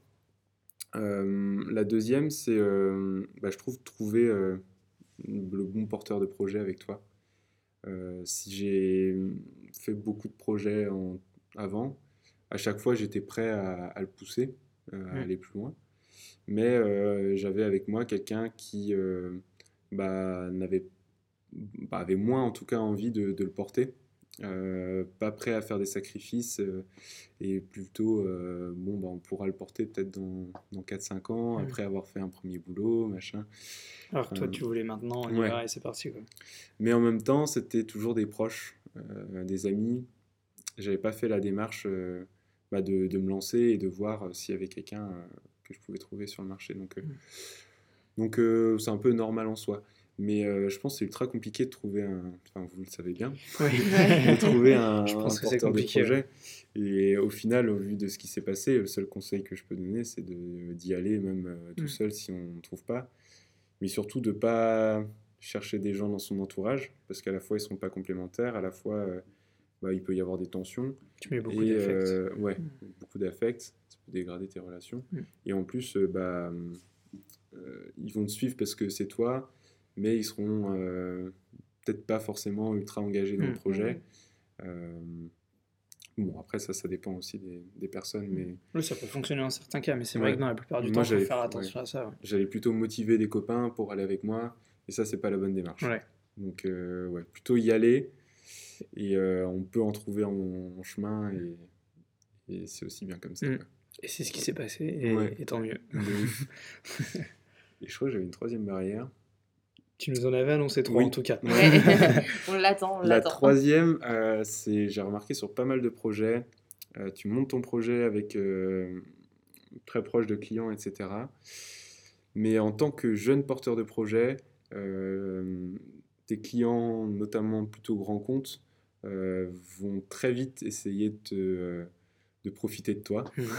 Euh, la deuxième, c'est, euh, bah, je trouve, trouver euh, le bon porteur de projet avec toi. Euh, si j'ai fait beaucoup de projets en- avant, à chaque fois, j'étais prêt à, à le pousser, euh, à Mm. aller plus loin. Mais euh, j'avais avec moi quelqu'un qui euh, bah, n'avait, bah, avait moins en tout cas envie de, de le porter, euh, pas prêt à faire des sacrifices euh, et plutôt euh, bon bah, on pourra le porter peut-être dans, dans quatre cinq ans Mm. après avoir fait un premier boulot, machin. Alors que toi, Euh, tu voulais maintenant, on y ouais. va et c'est parti, quoi. Mais en même temps, c'était toujours des proches, euh, des amis. J'avais pas fait la démarche euh, bah, de, de me lancer et de voir euh, s'il y avait quelqu'un euh, que je pouvais trouver sur le marché. Donc, euh, Mm. donc euh, c'est un peu normal en soi. Mais euh, je pense que c'est ultra compliqué de trouver un. Enfin, vous le savez bien, Oui. de trouver un, Je pense un que c'est porteur de compliqué, projet. Et au final, au vu de ce qui s'est passé, le seul conseil que je peux donner, c'est de- d'y aller, même euh, tout Mm. seul si on ne trouve pas. Mais surtout de pas chercher des gens dans son entourage, parce qu'à la fois ils sont pas complémentaires, à la fois euh, bah, il peut y avoir des tensions. Tu mets beaucoup Et d'affect. euh, ouais, Mm. beaucoup d'affect, ça peut dégrader tes relations. Mm. Et en plus, euh, bah, euh, ils vont te suivre parce que c'est toi, mais ils seront euh, peut-être pas forcément ultra engagés dans le Mm. projet. Euh, bon, après, ça, ça dépend aussi des, des personnes, mais Oui, ça peut fonctionner dans certains cas, mais c'est Ouais. vrai que dans la plupart du Moi, temps, il faut j'avais- faire attention à ça. Ouais. j'allais plutôt motiver des copains pour aller avec moi, et ça, c'est pas la bonne démarche. Ouais. Donc, euh, ouais, plutôt y aller, et euh, on peut en trouver en, en chemin, et, et c'est aussi bien comme ça. Mm. quoi. Et c'est ce qui s'est passé, et, Ouais. et tant mieux. De ouf. Et je crois que j'avais une troisième barrière. Tu nous en avais annoncé trois Oui. en tout cas. Ouais. On l'attend, on La l'attend. troisième, euh, c'est, j'ai remarqué sur pas mal de projets, euh, tu montes ton projet avec euh, très proche de clients, et cetera. Mais en tant que jeune porteur de projet, euh, tes clients, notamment plutôt grands comptes, euh, vont très vite essayer de, te, euh, de profiter de toi. Mm.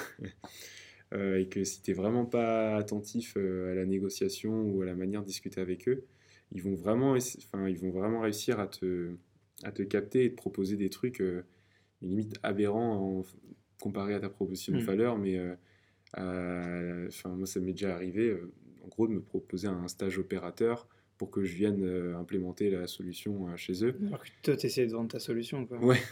Euh, et que si tu n'es vraiment pas attentif euh, à la négociation ou à la manière de discuter avec eux, ils vont vraiment, essa- enfin, ils vont vraiment réussir à te, à te capter et te proposer des trucs euh, limite aberrants en- comparé à ta proposition de Mm. valeur. Mais euh, à- enfin, moi, ça m'est déjà arrivé, euh, en gros, de me proposer un stage opérateur pour que je vienne euh, implémenter la solution euh, chez eux. Alors que toi, t'essayes de vendre ta solution, quoi. Ouais.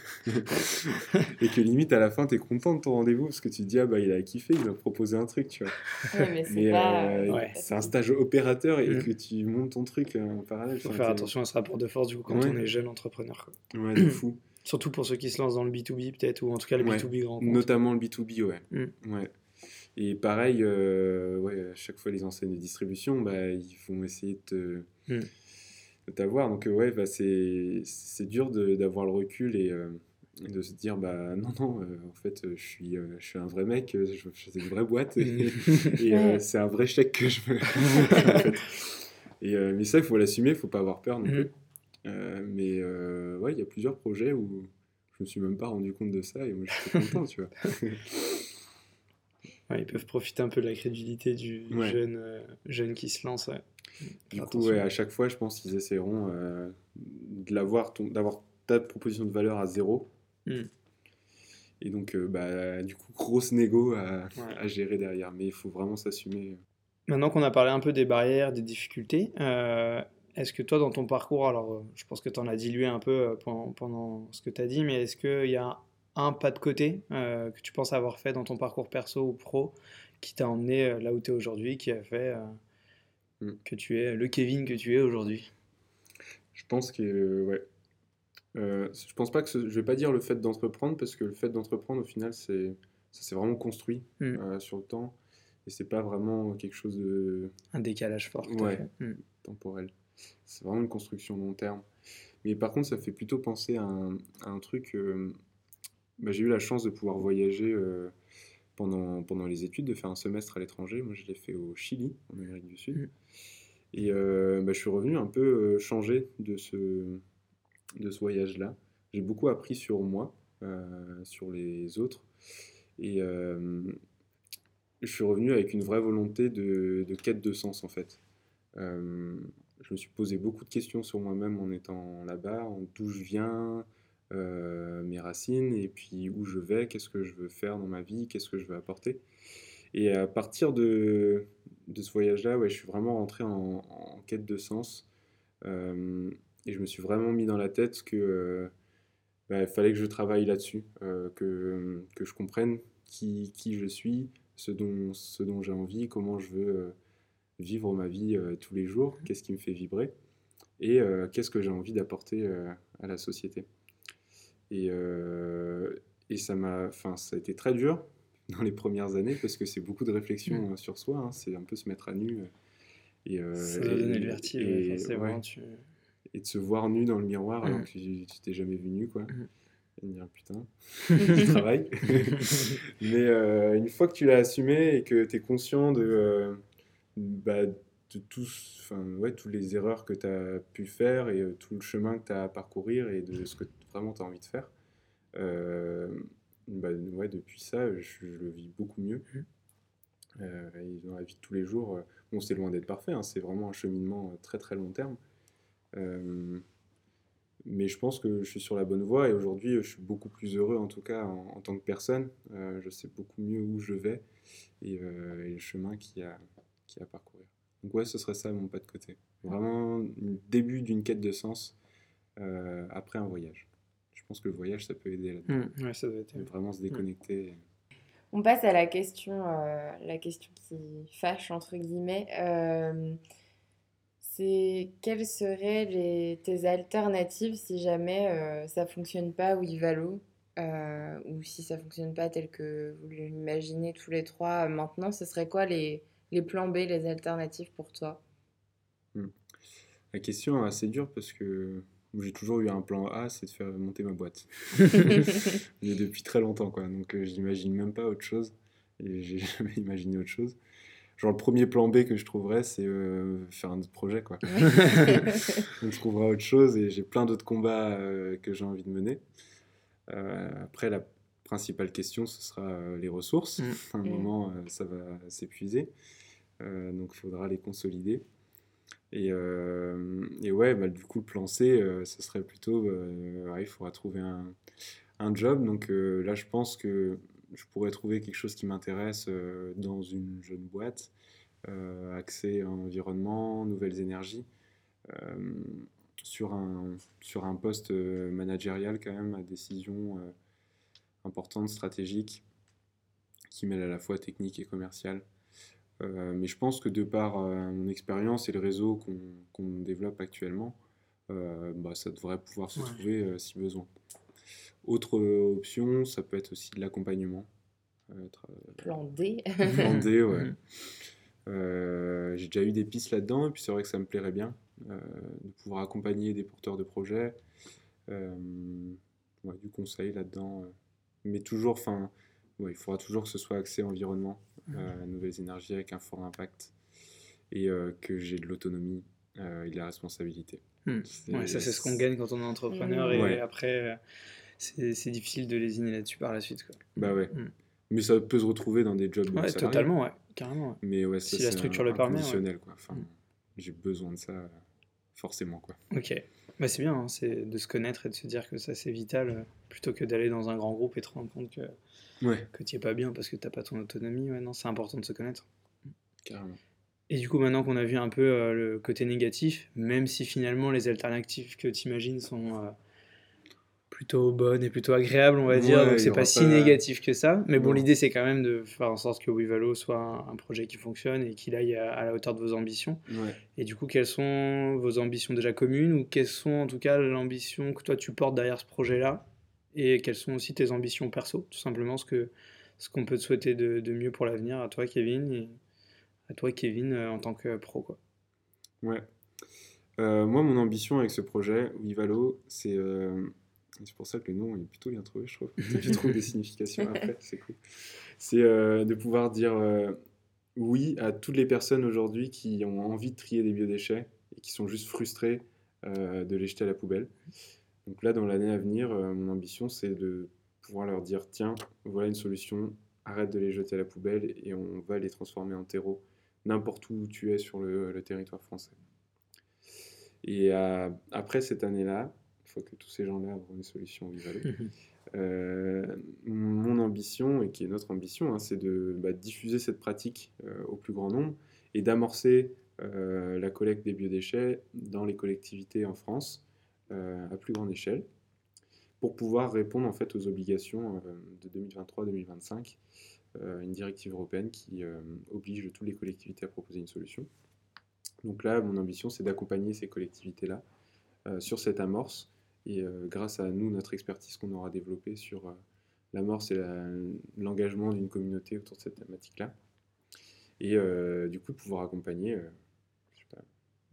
Et que limite, à la fin, tu es content de ton rendez-vous parce que tu te dis, ah bah, il a kiffé, il m'a proposé un truc, tu vois. Ouais, mais c'est Mais pas. euh, c'est Ouais. pas c'est un tout. stage opérateur et Mm. que tu montes ton truc euh, en parallèle. Il faut Enfin, faire t'es- attention à ce rapport de force, du coup, quand Ouais. on est jeune entrepreneur, quoi. Ouais, de fou. Surtout pour ceux qui se lancent dans le B deux B, peut-être, ou en tout cas le Ouais. B deux B grand compte. Notamment le B deux B, ouais. Mm. Ouais. Et pareil, euh, ouais, à chaque fois, les enseignes de distribution, bah, ils vont essayer de te- Mm. de t'avoir. Donc, euh, ouais, bah, c'est c'est dur de- d'avoir le recul et euh, de se dire, bah non, non, euh, en fait, euh, je suis, euh, je suis un vrai mec, euh, je je fais une vraie boîte et, et, euh, c'est un vrai chèque que je veux. en fait. Et, euh, mais ça, il faut l'assumer, il faut pas avoir peur non Mm. plus. Euh, mais euh, ouais, il y a plusieurs projets où je me suis même pas rendu compte de ça et moi j'étais content, tu vois. Ouais, ils peuvent profiter un peu de la crédulité du Ouais. jeune, euh, jeune qui se lance. Ouais. Du Faire coup, attention. ouais, à chaque fois, je pense qu'ils essaieront euh, de l'avoir, ton- d'avoir ta proposition de valeur à zéro. Mm. Et donc, euh, bah, du coup, grosse négo à, Ouais. à gérer derrière. Mais il faut vraiment s'assumer. Maintenant qu'on a parlé un peu des barrières, des difficultés, euh, est-ce que toi, dans ton parcours, alors euh, je pense que tu en as dilué un peu euh, pendant, pendant ce que tu as dit, mais est-ce qu'il y a un pas de côté euh, que tu penses avoir fait dans ton parcours perso ou pro qui t'a emmené euh, là où tu es aujourd'hui, qui a fait euh, Mm. que tu es le Kevin que tu es aujourd'hui? Je pense que, euh, ouais. Euh, je pense pas que ce- je vais pas dire le fait d'entreprendre parce que le fait d'entreprendre au final c'est ça s'est vraiment construit Mm. euh, sur le temps et c'est pas vraiment quelque chose de Un décalage fort que tu as ouais fait. Mm. temporel. C'est vraiment une construction long terme. Mais par contre ça fait plutôt penser à un, à un truc. euh, bah, j'ai eu la chance de pouvoir voyager euh, pendant pendant les études, de faire un semestre à l'étranger. Moi je l'ai fait au Chili en Amérique du Sud Mm. et euh, bah, je suis revenu un peu euh, changé de ce de ce voyage-là. J'ai beaucoup appris sur moi, euh, sur les autres, et euh, je suis revenu avec une vraie volonté de, de quête de sens en fait. Euh, je me suis posé beaucoup de questions sur moi-même en étant là-bas, en d'où je viens, euh, mes racines, et puis où je vais, qu'est-ce que je veux faire dans ma vie, qu'est-ce que je veux apporter. Et à partir de, de ce voyage-là, ouais, je suis vraiment rentré en, en quête de sens. Euh, et je me suis vraiment mis dans la tête que euh, bah, il fallait que je travaille là-dessus, euh, que, que je comprenne qui, qui je suis, ce dont, ce dont j'ai envie, comment je veux euh, vivre ma vie euh, tous les jours, qu'est-ce qui me fait vibrer et euh, qu'est-ce que j'ai envie d'apporter euh, à la société. Et, euh, et ça m'a, enfin, ça a été très dur dans les premières années parce que c'est beaucoup de réflexion euh, sur soi, hein, c'est un peu se mettre à nu euh, et, euh, Ça doit donner le vertige, ouais, et, et, forcément. ouais, Tu... et de se voir nu dans le miroir alors Mm. que tu tu t'es jamais vu nu, quoi. Mm. Et de dire putain, je travaille. Mais euh, une fois que tu l'as assumé et que tu es conscient de, euh, bah, de tous, enfin, ouais, toutes les erreurs que tu as pu faire et euh, tout le chemin que tu as à parcourir et de ce que vraiment tu as envie de faire, euh, bah, ouais, depuis ça, je, je le vis beaucoup mieux. Euh, et dans la vie de tous les jours, euh, bon, c'est loin d'être parfait, hein, c'est vraiment un cheminement euh, très très long terme. Euh, mais je pense que je suis sur la bonne voie et aujourd'hui je suis beaucoup plus heureux en tout cas en, en tant que personne. Euh, je sais beaucoup mieux où je vais et, euh, et le chemin qu'il y a, qu'il y a à parcourir. Donc ouais, ce serait ça mon pas de côté. Vraiment le début d'une quête de sens euh, après un voyage. Je pense que le voyage ça peut aider là-dedans. Mm. Ouais, ça doit être... De vraiment se déconnecter. On passe à la question, euh, la question qui fâche, entre guillemets. Euh, c'est quelles seraient les, tes alternatives si jamais euh, ça fonctionne pas WeValo euh, ou si ça fonctionne pas tel que vous l'imaginez tous les trois euh, maintenant, ce serait quoi les, les plans B, les alternatives pour toi? Hmm. La question est assez dure parce que j'ai toujours eu un plan A, c'est de faire monter ma boîte. Mais depuis très longtemps, quoi. Donc euh, j'imagine même pas autre chose. Et j'ai jamais imaginé autre chose. Genre le premier plan B que je trouverais, c'est euh, faire un autre projet, quoi. On trouvera autre chose et j'ai plein d'autres combats euh, que j'ai envie de mener. Euh, après, la principale question, ce sera euh, les ressources. Mm. À un Mm. moment, euh, ça va s'épuiser. Euh, donc il faudra les consolider. Et, euh, et ouais, bah, du coup, le plan C, euh, ce serait plutôt, euh, ouais, il faudra trouver un, un job. Donc euh, là, je pense que je pourrais trouver quelque chose qui m'intéresse euh, dans une jeune boîte, euh, accès à environnement, nouvelles énergies, euh, sur un, sur un poste euh, managérial quand même, à décision euh, importante, stratégique, qui mêle à la fois technique et commerciale. Euh, mais je pense que de par euh, mon expérience et le réseau qu'on qu'on développe actuellement, euh, bah, ça devrait pouvoir se Ouais. trouver euh, si besoin. Autre euh, option, ça peut être aussi de l'accompagnement. Euh, tra- Plan D. Plan D, ouais. Mm. Euh, j'ai déjà eu des pistes là-dedans, et puis c'est vrai que ça me plairait bien euh, de pouvoir accompagner des porteurs de projets, euh, ouais, du conseil là-dedans. euh. Mais toujours, enfin, ouais, il faudra toujours que ce soit axé environnement, euh, nouvelles énergies avec un fort impact, et euh, que j'ai de l'autonomie euh, et de la responsabilité. Mm. C'est- Ouais, ça c'est ce qu'on gagne quand on est entrepreneur et Ouais. après euh, c'est c'est difficile de lésiner là-dessus par la suite, quoi. Bah ouais. Mm. Mais ça peut se retrouver dans des jobs euh, Ouais, salariés. totalement, ouais, carrément. Ouais. Mais ouais, ça Si la c'est structure un, le un permet, ouais. conditionnel, quoi. Enfin, Mm. j'ai besoin de ça euh, forcément, quoi. Ok, bah, c'est bien, hein, c'est de se connaître et de se dire que ça c'est vital euh, plutôt que d'aller dans un grand groupe et te rendre compte que, Ouais, que tu es pas bien parce que t'as pas ton autonomie. Ouais, non, c'est important de se connaître. carrément. Et du coup, maintenant qu'on a vu un peu euh, le côté négatif, même si finalement les alternatives que tu imagines sont euh, plutôt bonnes et plutôt agréables, on va dire, donc Ouais, il y c'est pas aura si pas. négatif que ça. Mais bon, Non. l'idée c'est quand même de faire en sorte que WeValo soit un, un projet qui fonctionne et qu'il aille à, à la hauteur de vos ambitions. Ouais. Et du coup, quelles sont vos ambitions déjà communes ou quelles sont en tout cas l'ambition que toi tu portes derrière ce projet-là et quelles sont aussi tes ambitions perso, tout simplement ce que ce qu'on peut te souhaiter de, de mieux pour l'avenir à toi, Kevin, et à toi, Kevin, euh, en tant que pro, quoi. Ouais. Euh, moi, mon ambition avec ce projet, WeValo, c'est euh, c'est pour ça que le nom est plutôt bien trouvé, je trouve. Tu trouves des significations après, c'est cool. C'est euh, de pouvoir dire euh, oui à toutes les personnes aujourd'hui qui ont envie de trier des biodéchets et qui sont juste frustrées euh, de les jeter à la poubelle. Donc là, dans l'année à venir, euh, mon ambition, c'est de pouvoir leur dire, tiens, voilà une solution, arrête de les jeter à la poubelle et on va les transformer en terreau n'importe où tu es sur le, le territoire français. Et euh, après cette année-là, il faut que tous ces gens-là aient une solution WeValo. Euh, mon ambition, et qui est notre ambition, hein, c'est de bah, diffuser cette pratique euh, au plus grand nombre et d'amorcer euh, la collecte des biodéchets dans les collectivités en France euh, à plus grande échelle pour pouvoir répondre en fait aux obligations euh, de deux mille vingt-trois deux mille vingt-cinq, euh, une directive européenne qui euh, oblige toutes les collectivités à proposer une solution. Donc là, mon ambition, c'est d'accompagner ces collectivités-là euh, sur cette amorce. Et euh, grâce à nous, notre expertise qu'on aura développée sur euh, l'amorce et la, l'engagement d'une communauté autour de cette thématique-là. Et euh, du coup, de pouvoir accompagner, euh, je sais pas,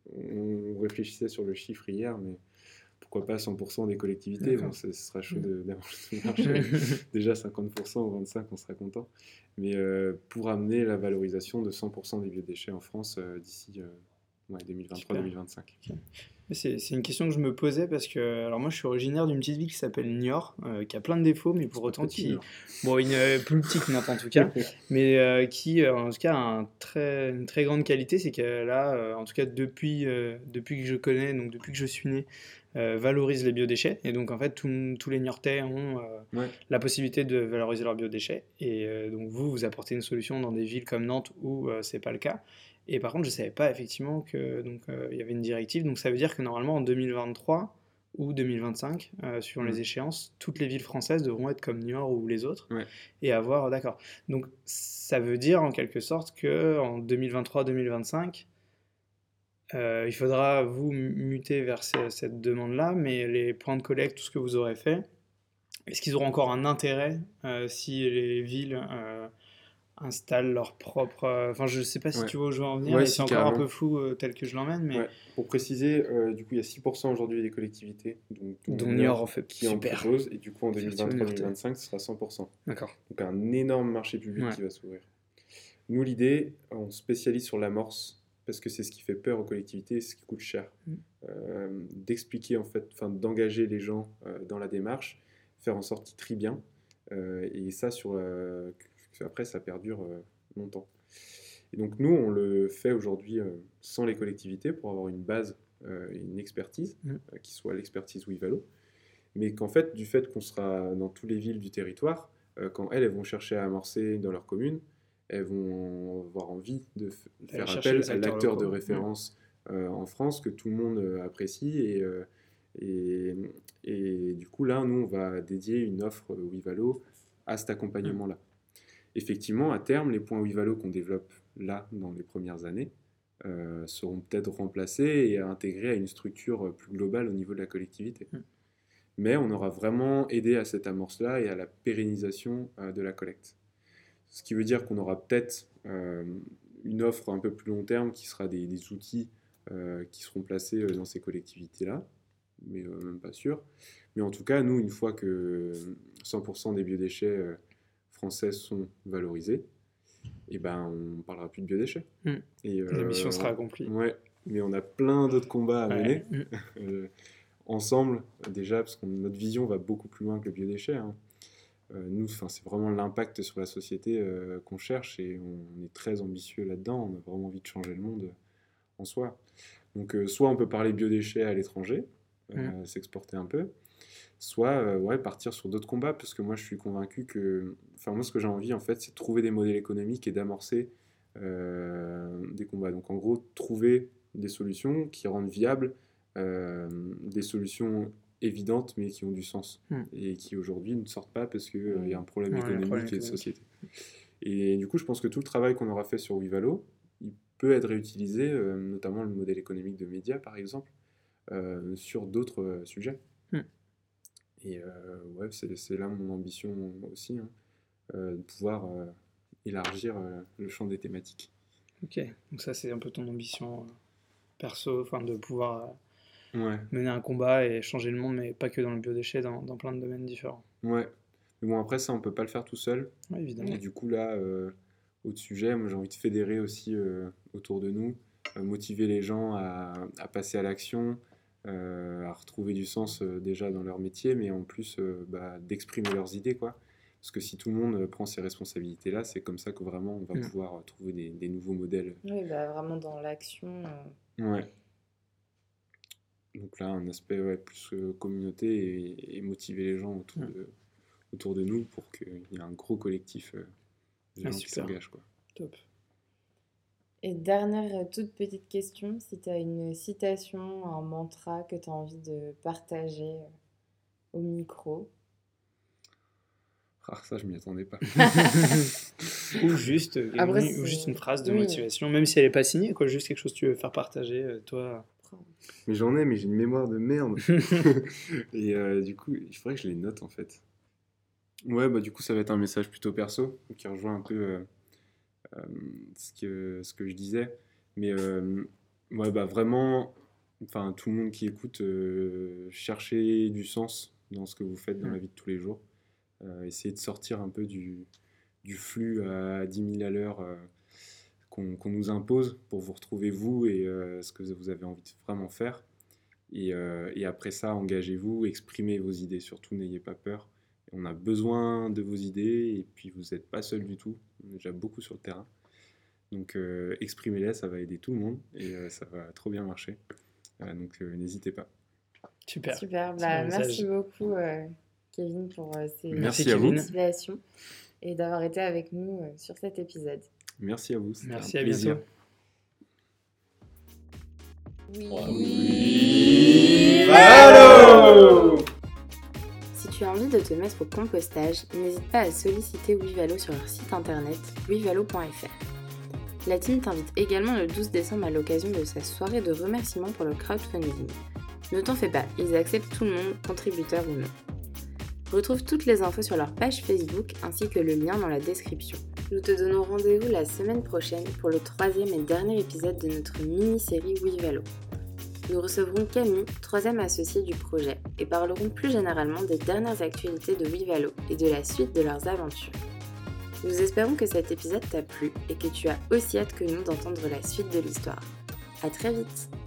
on réfléchissait sur le chiffre hier, mais pourquoi pas cent pour cent des collectivités. Bon, ce sera chaud de, d'avoir le marché. Déjà cinquante pour cent ou vingt-cinq pour cent, on sera content. Mais euh, pour amener la valorisation de cent pour cent des biodéchets en France euh, d'ici euh, ouais, deux mille vingt-trois deux mille vingt-cinq. Okay. C'est, c'est une question que je me posais parce que alors moi je suis originaire d'une petite ville qui s'appelle Niort, euh, qui a plein de défauts, mais pour autant petit, qui, Niort. bon une euh, plus petite que Nantes en tout cas, mais euh, qui euh, en tout cas a un très, une très grande qualité, c'est qu'elle a euh, en tout cas depuis euh, depuis que je connais, donc depuis que je suis né, euh, valorise les biodéchets et donc en fait tout, tous les Niortais ont euh, ouais. la possibilité de valoriser leurs biodéchets et euh, donc vous vous apportez une solution dans des villes comme Nantes où euh, c'est pas le cas. Et par contre, je ne savais pas effectivement qu'il euh, y avait une directive. Donc ça veut dire que normalement en deux mille vingt-trois ou deux mille vingt-cinq, euh, suivant mmh. les échéances, toutes les villes françaises devront être comme Niort ou les autres ouais. et avoir, d'accord. Donc ça veut dire en quelque sorte qu'en deux mille vingt-trois deux mille vingt-cinq, euh, il faudra vous muter vers ces, cette demande-là, mais les points de collecte, tout ce que vous aurez fait, est-ce qu'ils auront encore un intérêt euh, si les villes... Euh, installent leur propre... Enfin, euh, je sais pas si ouais. tu vois où je veux en venir, ouais, et si, c'est encore carrément. un peu flou euh, tel que je l'emmène, mais... Ouais. Pour préciser, euh, du coup, il y a six pour cent aujourd'hui des collectivités donc, dont Niort en fait qui super. en proposent, et du coup, en deux mille vingt-trois deux mille vingt-cinq, ce sera cent pour cent. D'accord. Donc, un énorme marché public ouais. qui va s'ouvrir. Nous, l'idée, on se spécialise sur l'amorce, parce que c'est ce qui fait peur aux collectivités, c'est ce qui coûte cher. Mm. Euh, d'expliquer, en fait, enfin, d'engager les gens euh, dans la démarche, faire en sorte qu'ils trient bien, euh, et ça, sur, euh, après, ça perdure... Euh, longtemps. Et donc nous, on le fait aujourd'hui euh, sans les collectivités pour avoir une base euh, et une expertise mmh. euh, qui soit l'expertise WeValo, mais qu'en fait, du fait qu'on sera dans toutes les villes du territoire, euh, quand elles, elles vont chercher à amorcer dans leur commune, elles vont avoir envie de f- faire appel à l'acteur locaux. de référence mmh. euh, en France que tout le monde euh, apprécie et, euh, et, et du coup là, nous, on va dédier une offre WeValo à cet accompagnement-là. Mmh. Effectivement, à terme, les points WeValo qu'on développe là, dans les premières années, euh, seront peut-être remplacés et intégrés à une structure plus globale au niveau de la collectivité. Mmh. Mais on aura vraiment aidé à cette amorce-là et à la pérennisation euh, de la collecte. Ce qui veut dire qu'on aura peut-être euh, une offre un peu plus long terme qui sera des, des outils euh, qui seront placés dans ces collectivités-là, mais euh, même pas sûr. Mais en tout cas, nous, une fois que cent pour cent des biodéchets... Euh, françaises sont valorisées, et ben on parlera plus de biodéchets. Mmh. Et euh, la mission sera accomplie. Ouais, mais on a plein d'autres combats à mener ouais. euh, ensemble déjà parce que notre vision va beaucoup plus loin que le biodéchet. Hein. Euh, nous, enfin c'est vraiment l'impact sur la société euh, qu'on cherche et on est très ambitieux là-dedans. On a vraiment envie de changer le monde en soi. Donc euh, soit on peut parler biodéchets à l'étranger, euh, mmh. s'exporter un peu. Soit euh, ouais, partir sur d'autres combats, parce que moi je suis convaincu que, enfin moi ce que j'ai envie en fait c'est de trouver des modèles économiques et d'amorcer euh, des combats. Donc en gros, trouver des solutions qui rendent viables euh, des solutions évidentes mais qui ont du sens Mm. et qui aujourd'hui ne sortent pas parce qu'il euh, y a un problème Ouais, un économique problème et de économique. société. Et du coup, je pense que tout le travail qu'on aura fait sur WeValo, il peut être réutilisé, euh, notamment le modèle économique de médias par exemple, euh, sur d'autres euh, sujets. Mm. Et euh, ouais, c'est, c'est là mon ambition aussi, hein, euh, de pouvoir euh, élargir euh, le champ des thématiques. Ok, donc ça c'est un peu ton ambition euh, perso, enfin de pouvoir euh, Ouais, mener un combat et changer le monde, mais pas que dans le biodéchet, dans, dans plein de domaines différents. ouais. Mais bon, après ça, on peut pas le faire tout seul. Ouais, évidemment. Et du coup, là, euh, autre sujet, moi j'ai envie de fédérer aussi euh, autour de nous, euh, motiver les gens à, à passer à l'action, euh, à retrouver du sens euh, déjà dans leur métier, mais en plus euh, bah, d'exprimer leurs idées, quoi. Parce que si tout le monde euh, prend ces responsabilités-là, c'est comme ça que vraiment on va Mm. pouvoir euh, trouver des, des nouveaux modèles. Oui, bah, vraiment dans l'action. euh, Ouais. Donc là, un aspect ouais, plus euh, communauté et, et motiver les gens autour, Mm. de, autour de nous pour qu'il y ait un gros collectif euh, de Ah, gens qui super. s'engagent, quoi. Top. Et dernière euh, toute petite question, si tu as une citation, un mantra que tu as envie de partager euh, au micro. Ah, ça, je m'y attendais pas. Ou juste, euh, Après, une, ou c'est- juste une phrase de oui. motivation, même si elle n'est pas signée, quoi, juste quelque chose que tu veux faire partager, euh, toi. Mais j'en ai, mais j'ai une mémoire de merde. Et euh, du coup, il faudrait que je les note en fait. Ouais, bah du coup, ça va être un message plutôt perso, qui rejoint un peu euh, euh, ce que, ce que je disais. Mais euh, ouais, bah vraiment, enfin, tout le monde qui écoute, euh, cherchez du sens dans ce que vous faites dans la vie de tous les jours. Euh, essayez de sortir un peu du, du flux à dix mille à l'heure euh, qu'on qu'on nous impose pour vous retrouver vous et euh, ce que vous avez envie de vraiment faire. Et, euh, et après ça, engagez-vous, exprimez vos idées, surtout n'ayez pas peur. On a besoin de vos idées et puis vous n'êtes pas seul du tout, on est déjà beaucoup sur le terrain. Donc euh, exprimez-les, ça va aider tout le monde et euh, ça va trop bien marcher. Euh, donc euh, n'hésitez pas. Super. Super, C'est bah, un merci message. beaucoup euh, Kevin pour euh, ces Merci à vous. motivations et d'avoir été avec nous euh, sur cet épisode. Merci à vous, c'était Merci, un à plaisir. bientôt. WeValo! Si tu as envie de te mettre au compostage, n'hésite pas à solliciter WeValo sur leur site internet wevalo point f r. La team t'invite également le douze décembre à l'occasion de sa soirée de remerciement pour le crowdfunding. Ne t'en fais pas, ils acceptent tout le monde, contributeur ou non. Retrouve toutes les infos sur leur page Facebook ainsi que le lien dans la description. Nous te donnons rendez-vous la semaine prochaine pour le troisième et dernier épisode de notre mini-série WeValo. Nous recevrons Camille, troisième associée du projet, et parlerons plus généralement des dernières actualités de WeValo et de la suite de leurs aventures. Nous espérons que cet épisode t'a plu et que tu as aussi hâte que nous d'entendre la suite de l'histoire. À très vite!